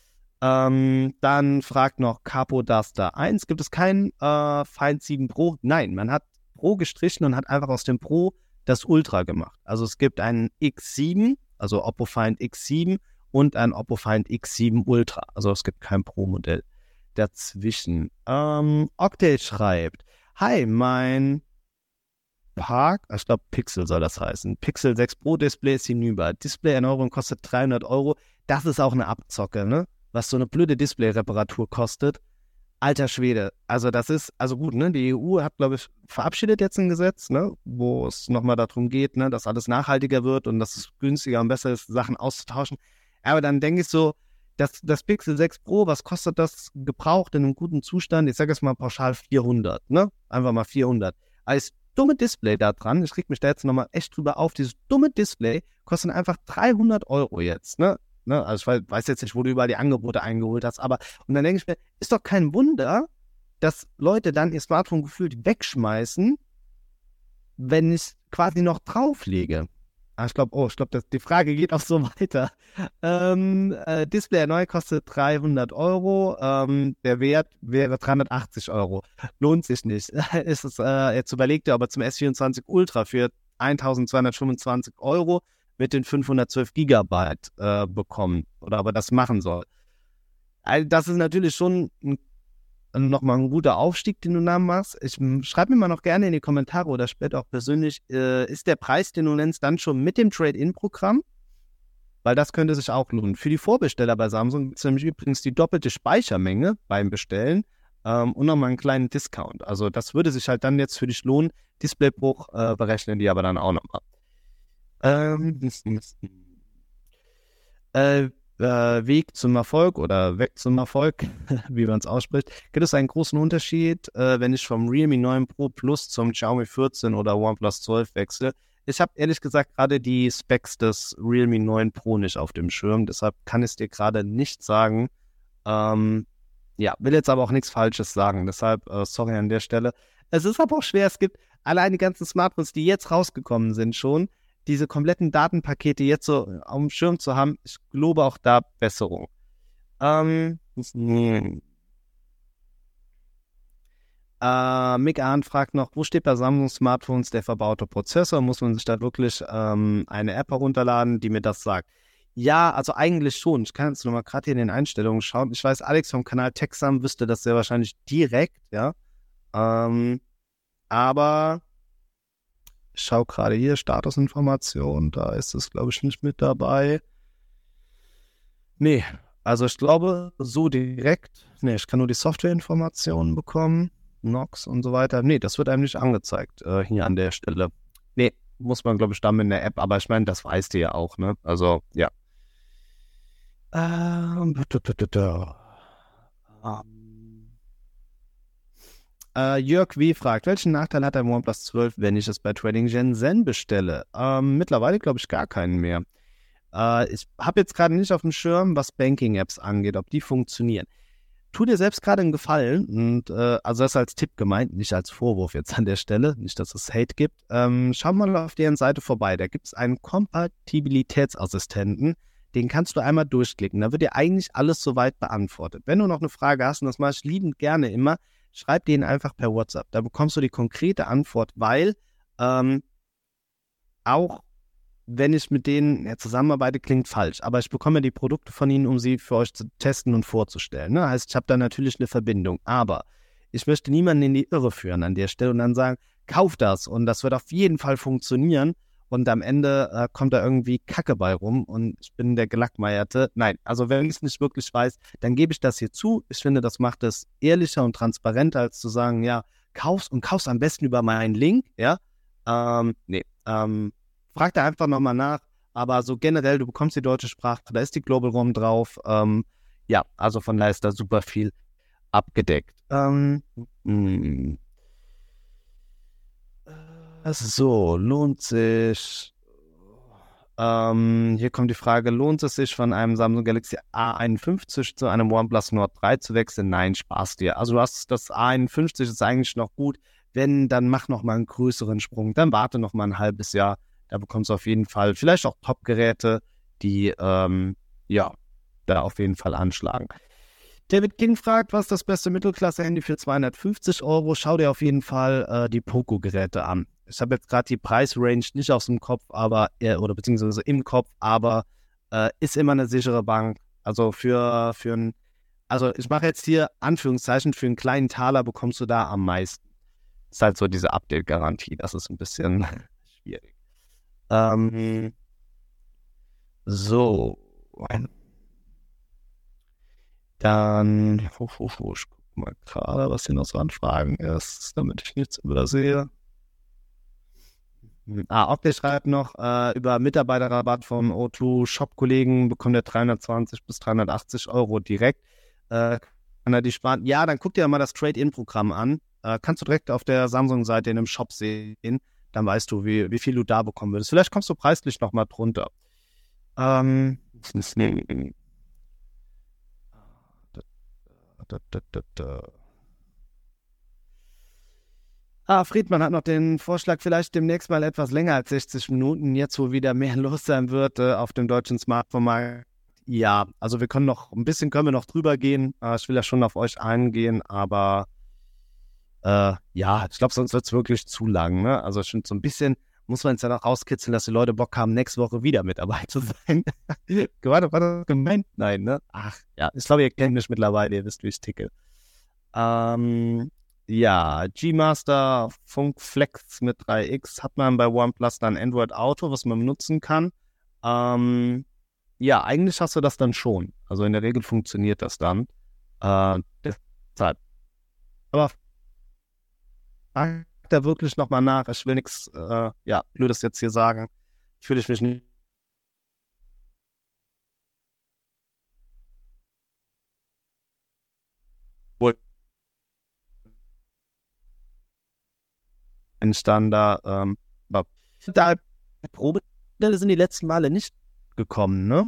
Ähm, dann fragt noch Capo Duster eins, gibt es kein äh, Find sieben Pro? Nein, man hat Pro gestrichen und hat einfach aus dem Pro das Ultra gemacht. Also es gibt einen X sieben, also Oppo Find X sieben und ein Oppo Find X sieben Ultra. Also es gibt kein Pro-Modell dazwischen. Ähm, Octave schreibt, hi, mein Park, ich glaube Pixel soll das heißen, Pixel sechs Pro Display ist hinüber. Display-Erneuerung kostet dreihundert Euro. Das ist auch eine Abzocke, ne? Was so eine blöde Display-Reparatur kostet. Alter Schwede, also das ist, also gut, ne, die E U hat, glaube ich, verabschiedet jetzt ein Gesetz, ne, wo es nochmal darum geht, ne, dass alles nachhaltiger wird und dass es günstiger und besser ist, Sachen auszutauschen. Aber dann denke ich so, das, das Pixel sechs Pro, was kostet das gebraucht in einem guten Zustand? Ich sage jetzt mal pauschal vierhundert, ne, einfach mal vierhundert. Als dumme Display da dran, ich reg mich da jetzt nochmal echt drüber auf, dieses dumme Display kostet einfach dreihundert Euro jetzt, ne. Ne, also ich weiß, weiß jetzt nicht, wo du überall die Angebote eingeholt hast, aber und dann denke ich mir, ist doch kein Wunder, dass Leute dann ihr Smartphone gefühlt wegschmeißen, wenn ich quasi noch drauflege. Ah, ich glaube, oh, ich glaube, die Frage geht auch so weiter. Ähm, äh, Display erneuert kostet dreihundert Euro, ähm, der Wert wäre dreihundertachtzig Euro. Lohnt sich nicht. ist es, äh, jetzt überlegt ihr aber zum S vierundzwanzig Ultra für eintausendzweihundertfünfundzwanzig Euro mit den fünfhundertzwölf Gigabyte äh, bekommen oder aber das machen soll. Also das ist natürlich schon ein, nochmal ein guter Aufstieg, den du da machst. Ich schreib mir mal noch gerne in die Kommentare oder später auch persönlich, äh, ist der Preis, den du nennst, dann schon mit dem Trade-In-Programm? Weil das könnte sich auch lohnen. Für die Vorbesteller bei Samsung gibt es nämlich übrigens die doppelte Speichermenge beim Bestellen ähm, und nochmal einen kleinen Discount. Also das würde sich halt dann jetzt für dich lohnen. Displaybruch äh, berechnen die aber dann auch nochmal. Ähm, äh, äh, Weg zum Erfolg oder Weg zum Erfolg, wie man es ausspricht, gibt es einen großen Unterschied, äh, wenn ich vom Realme neun Pro Plus zum Xiaomi vierzehn oder OnePlus zwölf wechsle. Ich habe ehrlich gesagt gerade die Specs des Realme neun Pro nicht auf dem Schirm, deshalb kann ich es dir gerade nicht sagen. Ähm, ja, will jetzt aber auch nichts Falsches sagen, deshalb äh, sorry an der Stelle. Es ist aber auch schwer, es gibt allein die ganzen Smartphones, die jetzt rausgekommen sind schon, diese kompletten Datenpakete jetzt so auf dem Schirm zu haben, ich glaube auch da Besserung. Ähm, äh, Mick Arndt fragt noch, wo steht bei Samsung Smartphones der verbaute Prozessor? Muss man sich da wirklich ähm, eine App herunterladen, die mir das sagt? Ja, also eigentlich schon. Ich kann jetzt nochmal gerade hier in den Einstellungen schauen. Ich weiß, Alex vom Kanal Texam wüsste das sehr wahrscheinlich direkt, ja. Ähm, aber ich schaue gerade hier, Statusinformation, da ist es, glaube ich, nicht mit dabei. Nee, also ich glaube, so direkt, nee, ich kann nur die Softwareinformationen bekommen, Nox und so weiter. Nee, das wird einem nicht angezeigt, äh, hier an der Stelle. Nee, muss man, glaube ich, dann mit einer App, aber ich meine, das weißt du ja auch, ne? Also, ja. Ähm, Äh, Jörg W. fragt, welchen Nachteil hat der OnePlus zwölf, wenn ich es bei Trading Shenzhen bestelle? Ähm, mittlerweile glaube ich gar keinen mehr. Äh, ich habe jetzt gerade nicht auf dem Schirm, was Banking-Apps angeht, ob die funktionieren. Tu dir selbst gerade einen Gefallen und äh, also das als Tipp gemeint, nicht als Vorwurf jetzt an der Stelle, nicht, dass es Hate gibt. Ähm, schau mal auf deren Seite vorbei, da gibt es einen Kompatibilitätsassistenten, den kannst du einmal durchklicken, da wird dir eigentlich alles soweit beantwortet. Wenn du noch eine Frage hast, und das mache ich liebend gerne immer, schreib den einfach per WhatsApp. Da bekommst du die konkrete Antwort, weil Ähm, auch wenn ich mit denen ja, zusammenarbeite, klingt falsch, aber ich bekomme die Produkte von ihnen, um sie für euch zu testen und vorzustellen. Ne? Heißt, ich habe da natürlich eine Verbindung, aber ich möchte niemanden in die Irre führen an der Stelle und dann sagen, kauf das und das wird auf jeden Fall funktionieren und am Ende äh, kommt da irgendwie Kacke bei rum und ich bin der Gelackmeierte. Nein, also wenn ich es nicht wirklich weiß, dann gebe ich das hier zu. Ich finde, das macht es ehrlicher und transparenter, als zu sagen, ja, kauf's und kauf's am besten über meinen Link, ja. Ähm, nee, ähm, frag da einfach nochmal nach, aber so generell, du bekommst die deutsche Sprache, da ist die Global ROM drauf. Ähm, ja, also von daher ist da super viel abgedeckt. Ähm, mh. So, lohnt sich. Ähm, hier kommt die Frage, lohnt es sich von einem Samsung Galaxy A einundfünfzig zu einem OnePlus Nord drei zu wechseln? Nein, Spaß dir. Also du hast das A einundfünfzig, ist eigentlich noch gut. Wenn, dann mach noch mal einen größeren Sprung. Dann warte noch mal ein halbes Jahr. Da bekommst du auf jeden Fall vielleicht auch Top-Geräte, die ähm, ja, da auf jeden Fall anschlagen. David King fragt, was ist das beste Mittelklasse-Handy für zweihundertfünfzig Euro? Schau dir auf jeden Fall äh, die Poco-Geräte an. Ich habe jetzt gerade die Preisrange nicht aus dem Kopf, aber äh, oder beziehungsweise im Kopf, aber äh, ist immer eine sichere Bank. Also für, für ein, also ich mache jetzt hier Anführungszeichen, für einen kleinen Taler bekommst du da am meisten. Ist halt so diese Update-Garantie, das ist ein bisschen schwierig. Ähm, so. Dann, ich guck mal gerade, was hier noch so an Fragen ist, damit ich nichts übersehe. Ah, Octay schreibt noch, äh, über Mitarbeiterrabatt vom O zwei Shop-Kollegen bekommt er dreihundertzwanzig bis dreihundertachtzig Euro direkt. Äh, kann er die sparen? Ja, dann guck dir mal das Trade-In-Programm an. Äh, kannst du direkt auf der Samsung-Seite in einem Shop sehen. Dann weißt du, wie, wie viel du da bekommen würdest. Vielleicht kommst du preislich noch mal drunter. Ähm, da, da, da, da. Ah, Friedmann hat noch den Vorschlag, vielleicht demnächst mal etwas länger als sechzig Minuten, jetzt wo wieder mehr los sein wird äh, auf dem deutschen Smartphone-Markt. Ja, also wir können noch, ein bisschen können wir noch drüber gehen. Äh, ich will ja schon auf euch eingehen, aber äh, ja, ich glaube, sonst wird es wirklich zu lang. Ne? Also ich finde, so ein bisschen muss man es ja noch rauskitzeln, dass die Leute Bock haben, nächste Woche wieder mit dabei zu sein. Warte, war das gemeint? Nein, ne? Ach, ja, ich glaube, ihr kennt mich mittlerweile, ihr wisst, wie ich ticke. Ähm, ja, G-Master Funk Flex mit drei X hat man bei OnePlus dann Android Auto, was man benutzen kann. Ähm, ja, eigentlich hast du das dann schon. Also in der Regel funktioniert das dann. Äh, deshalb. Aber frag da wirklich nochmal nach. Ich will nichts, äh, ja, Blödes jetzt hier sagen. Fühle ich mich nicht wohl entstanden da. Ähm, aber da Probestelle sind die letzten Male nicht gekommen, ne?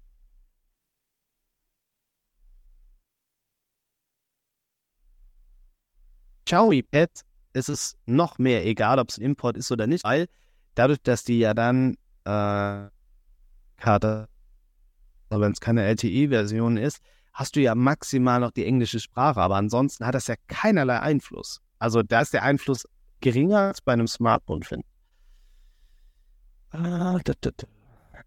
Xiaomi-Pad ist es noch mehr egal, ob es ein Import ist oder nicht, weil dadurch, dass die ja dann äh, Karte, aber wenn es keine L T E-Version ist, hast du ja maximal noch die englische Sprache, aber ansonsten hat das ja keinerlei Einfluss. Also da ist der Einfluss geringer als bei einem Smartphone, finde ich. Ah, da, da, da.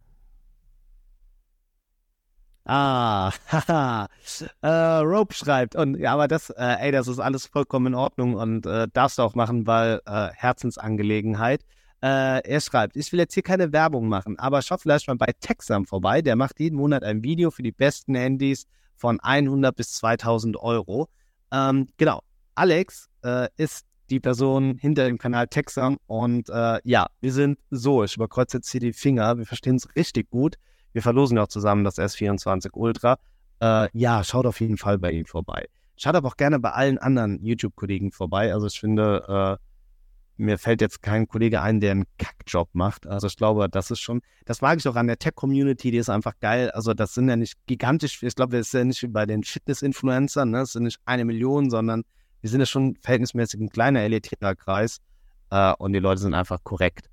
Ah, haha. Äh, Rope schreibt, und ja, aber das, äh, ey, das ist alles vollkommen in Ordnung und äh, darfst du auch machen, weil äh, Herzensangelegenheit. Äh, er schreibt, ich will jetzt hier keine Werbung machen, aber schau vielleicht mal bei Texam vorbei. Der macht jeden Monat ein Video für die besten Handys von hundert bis zweitausend Euro. Ähm, genau. Alex äh, ist die Person hinter dem Kanal Texam und äh, ja, wir sind so, ich überkreuze jetzt hier die Finger, wir verstehen es richtig gut. Wir verlosen ja auch zusammen das S vierundzwanzig Ultra. Äh, ja, schaut auf jeden Fall bei ihm vorbei. Schaut aber auch gerne bei allen anderen YouTube-Kollegen vorbei. Also ich finde, äh, mir fällt jetzt kein Kollege ein, der einen Kackjob macht. Also ich glaube, das ist schon, das mag ich auch an der Tech-Community, die ist einfach geil. Also das sind ja nicht gigantisch, ich glaube, das ist ja nicht wie bei den Fitness-Influencern, ne? Das sind nicht eine Million, sondern wir sind ja schon verhältnismäßig ein kleiner elitärer Kreis äh, und die Leute sind einfach korrekt.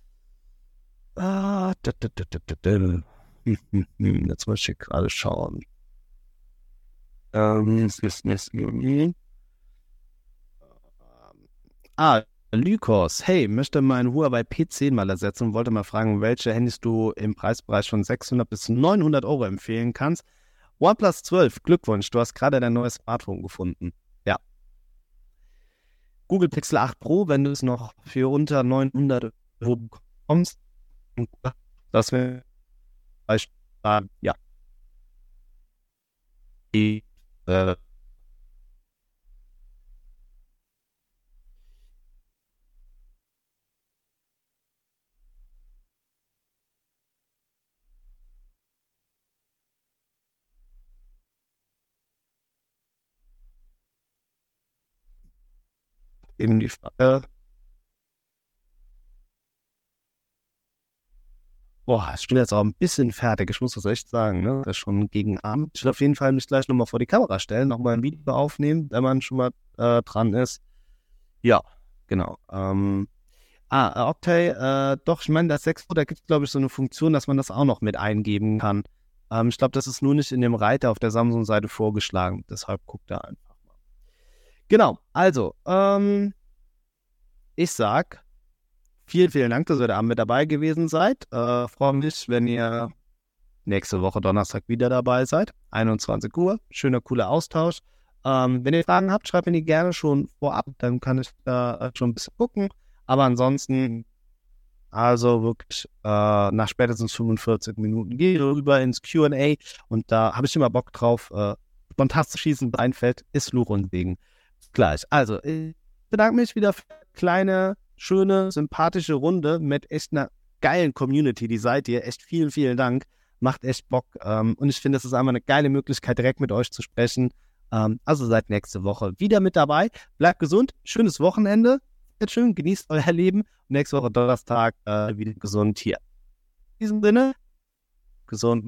Ah, da, da, da, da, da, da. Hm, hm, hm. Jetzt muss ich gerade schauen. Ähm, es ist nicht, ah, Lykos, hey, möchte meinen Huawei P zehn mal ersetzen und wollte mal fragen, welche Handys du im Preisbereich von sechshundert bis neunhundert Euro empfehlen kannst. OnePlus zwölf, Glückwunsch, du hast gerade dein neues Smartphone gefunden. Ja. Google Pixel acht Pro, wenn du es noch für unter neunhundert Euro bekommst, das wäre, ja, die, äh, eben die Frage. Boah, ich bin jetzt auch ein bisschen fertig, ich muss das echt sagen, ne? Das ist schon gegen Abend. Ich will auf jeden Fall mich gleich nochmal vor die Kamera stellen, nochmal ein Video aufnehmen, wenn man schon mal äh, dran ist. Ja, genau. Ähm, ah, äh, Octay, äh, doch, ich meine, das sechs Pro, da gibt es, glaube ich, so eine Funktion, dass man das auch noch mit eingeben kann. Ähm, ich glaube, das ist nur nicht in dem Reiter auf der Samsung-Seite vorgeschlagen. Deshalb guckt da einfach mal. Genau, also, ähm, ich sag, vielen, vielen Dank, dass ihr da mit dabei gewesen seid. Äh, freue mich, wenn ihr nächste Woche Donnerstag wieder dabei seid. einundzwanzig Uhr. Schöner, cooler Austausch. Ähm, wenn ihr Fragen habt, schreibt mir die gerne schon vorab. Dann kann ich da schon ein bisschen gucken. Aber ansonsten, also wirklich äh, nach spätestens fünfundvierzig Minuten gehe ich rüber ins Q und A. Und da habe ich immer Bock drauf. Äh, spontan zu schießen, einfällt, ist Fluch und Segen. Gleich. Also, ich bedanke mich wieder für eine kleine, schöne, sympathische Runde mit echt einer geilen Community. Die seid ihr. Echt vielen, vielen Dank. Macht echt Bock. Ähm, und ich finde, es ist einfach eine geile Möglichkeit, direkt mit euch zu sprechen. Ähm, also seid nächste Woche wieder mit dabei. Bleibt gesund. Schönes Wochenende. Seid schön. Genießt euer Leben. Und nächste Woche Donnerstag äh, wieder gesund hier. In diesem Sinne, gesund.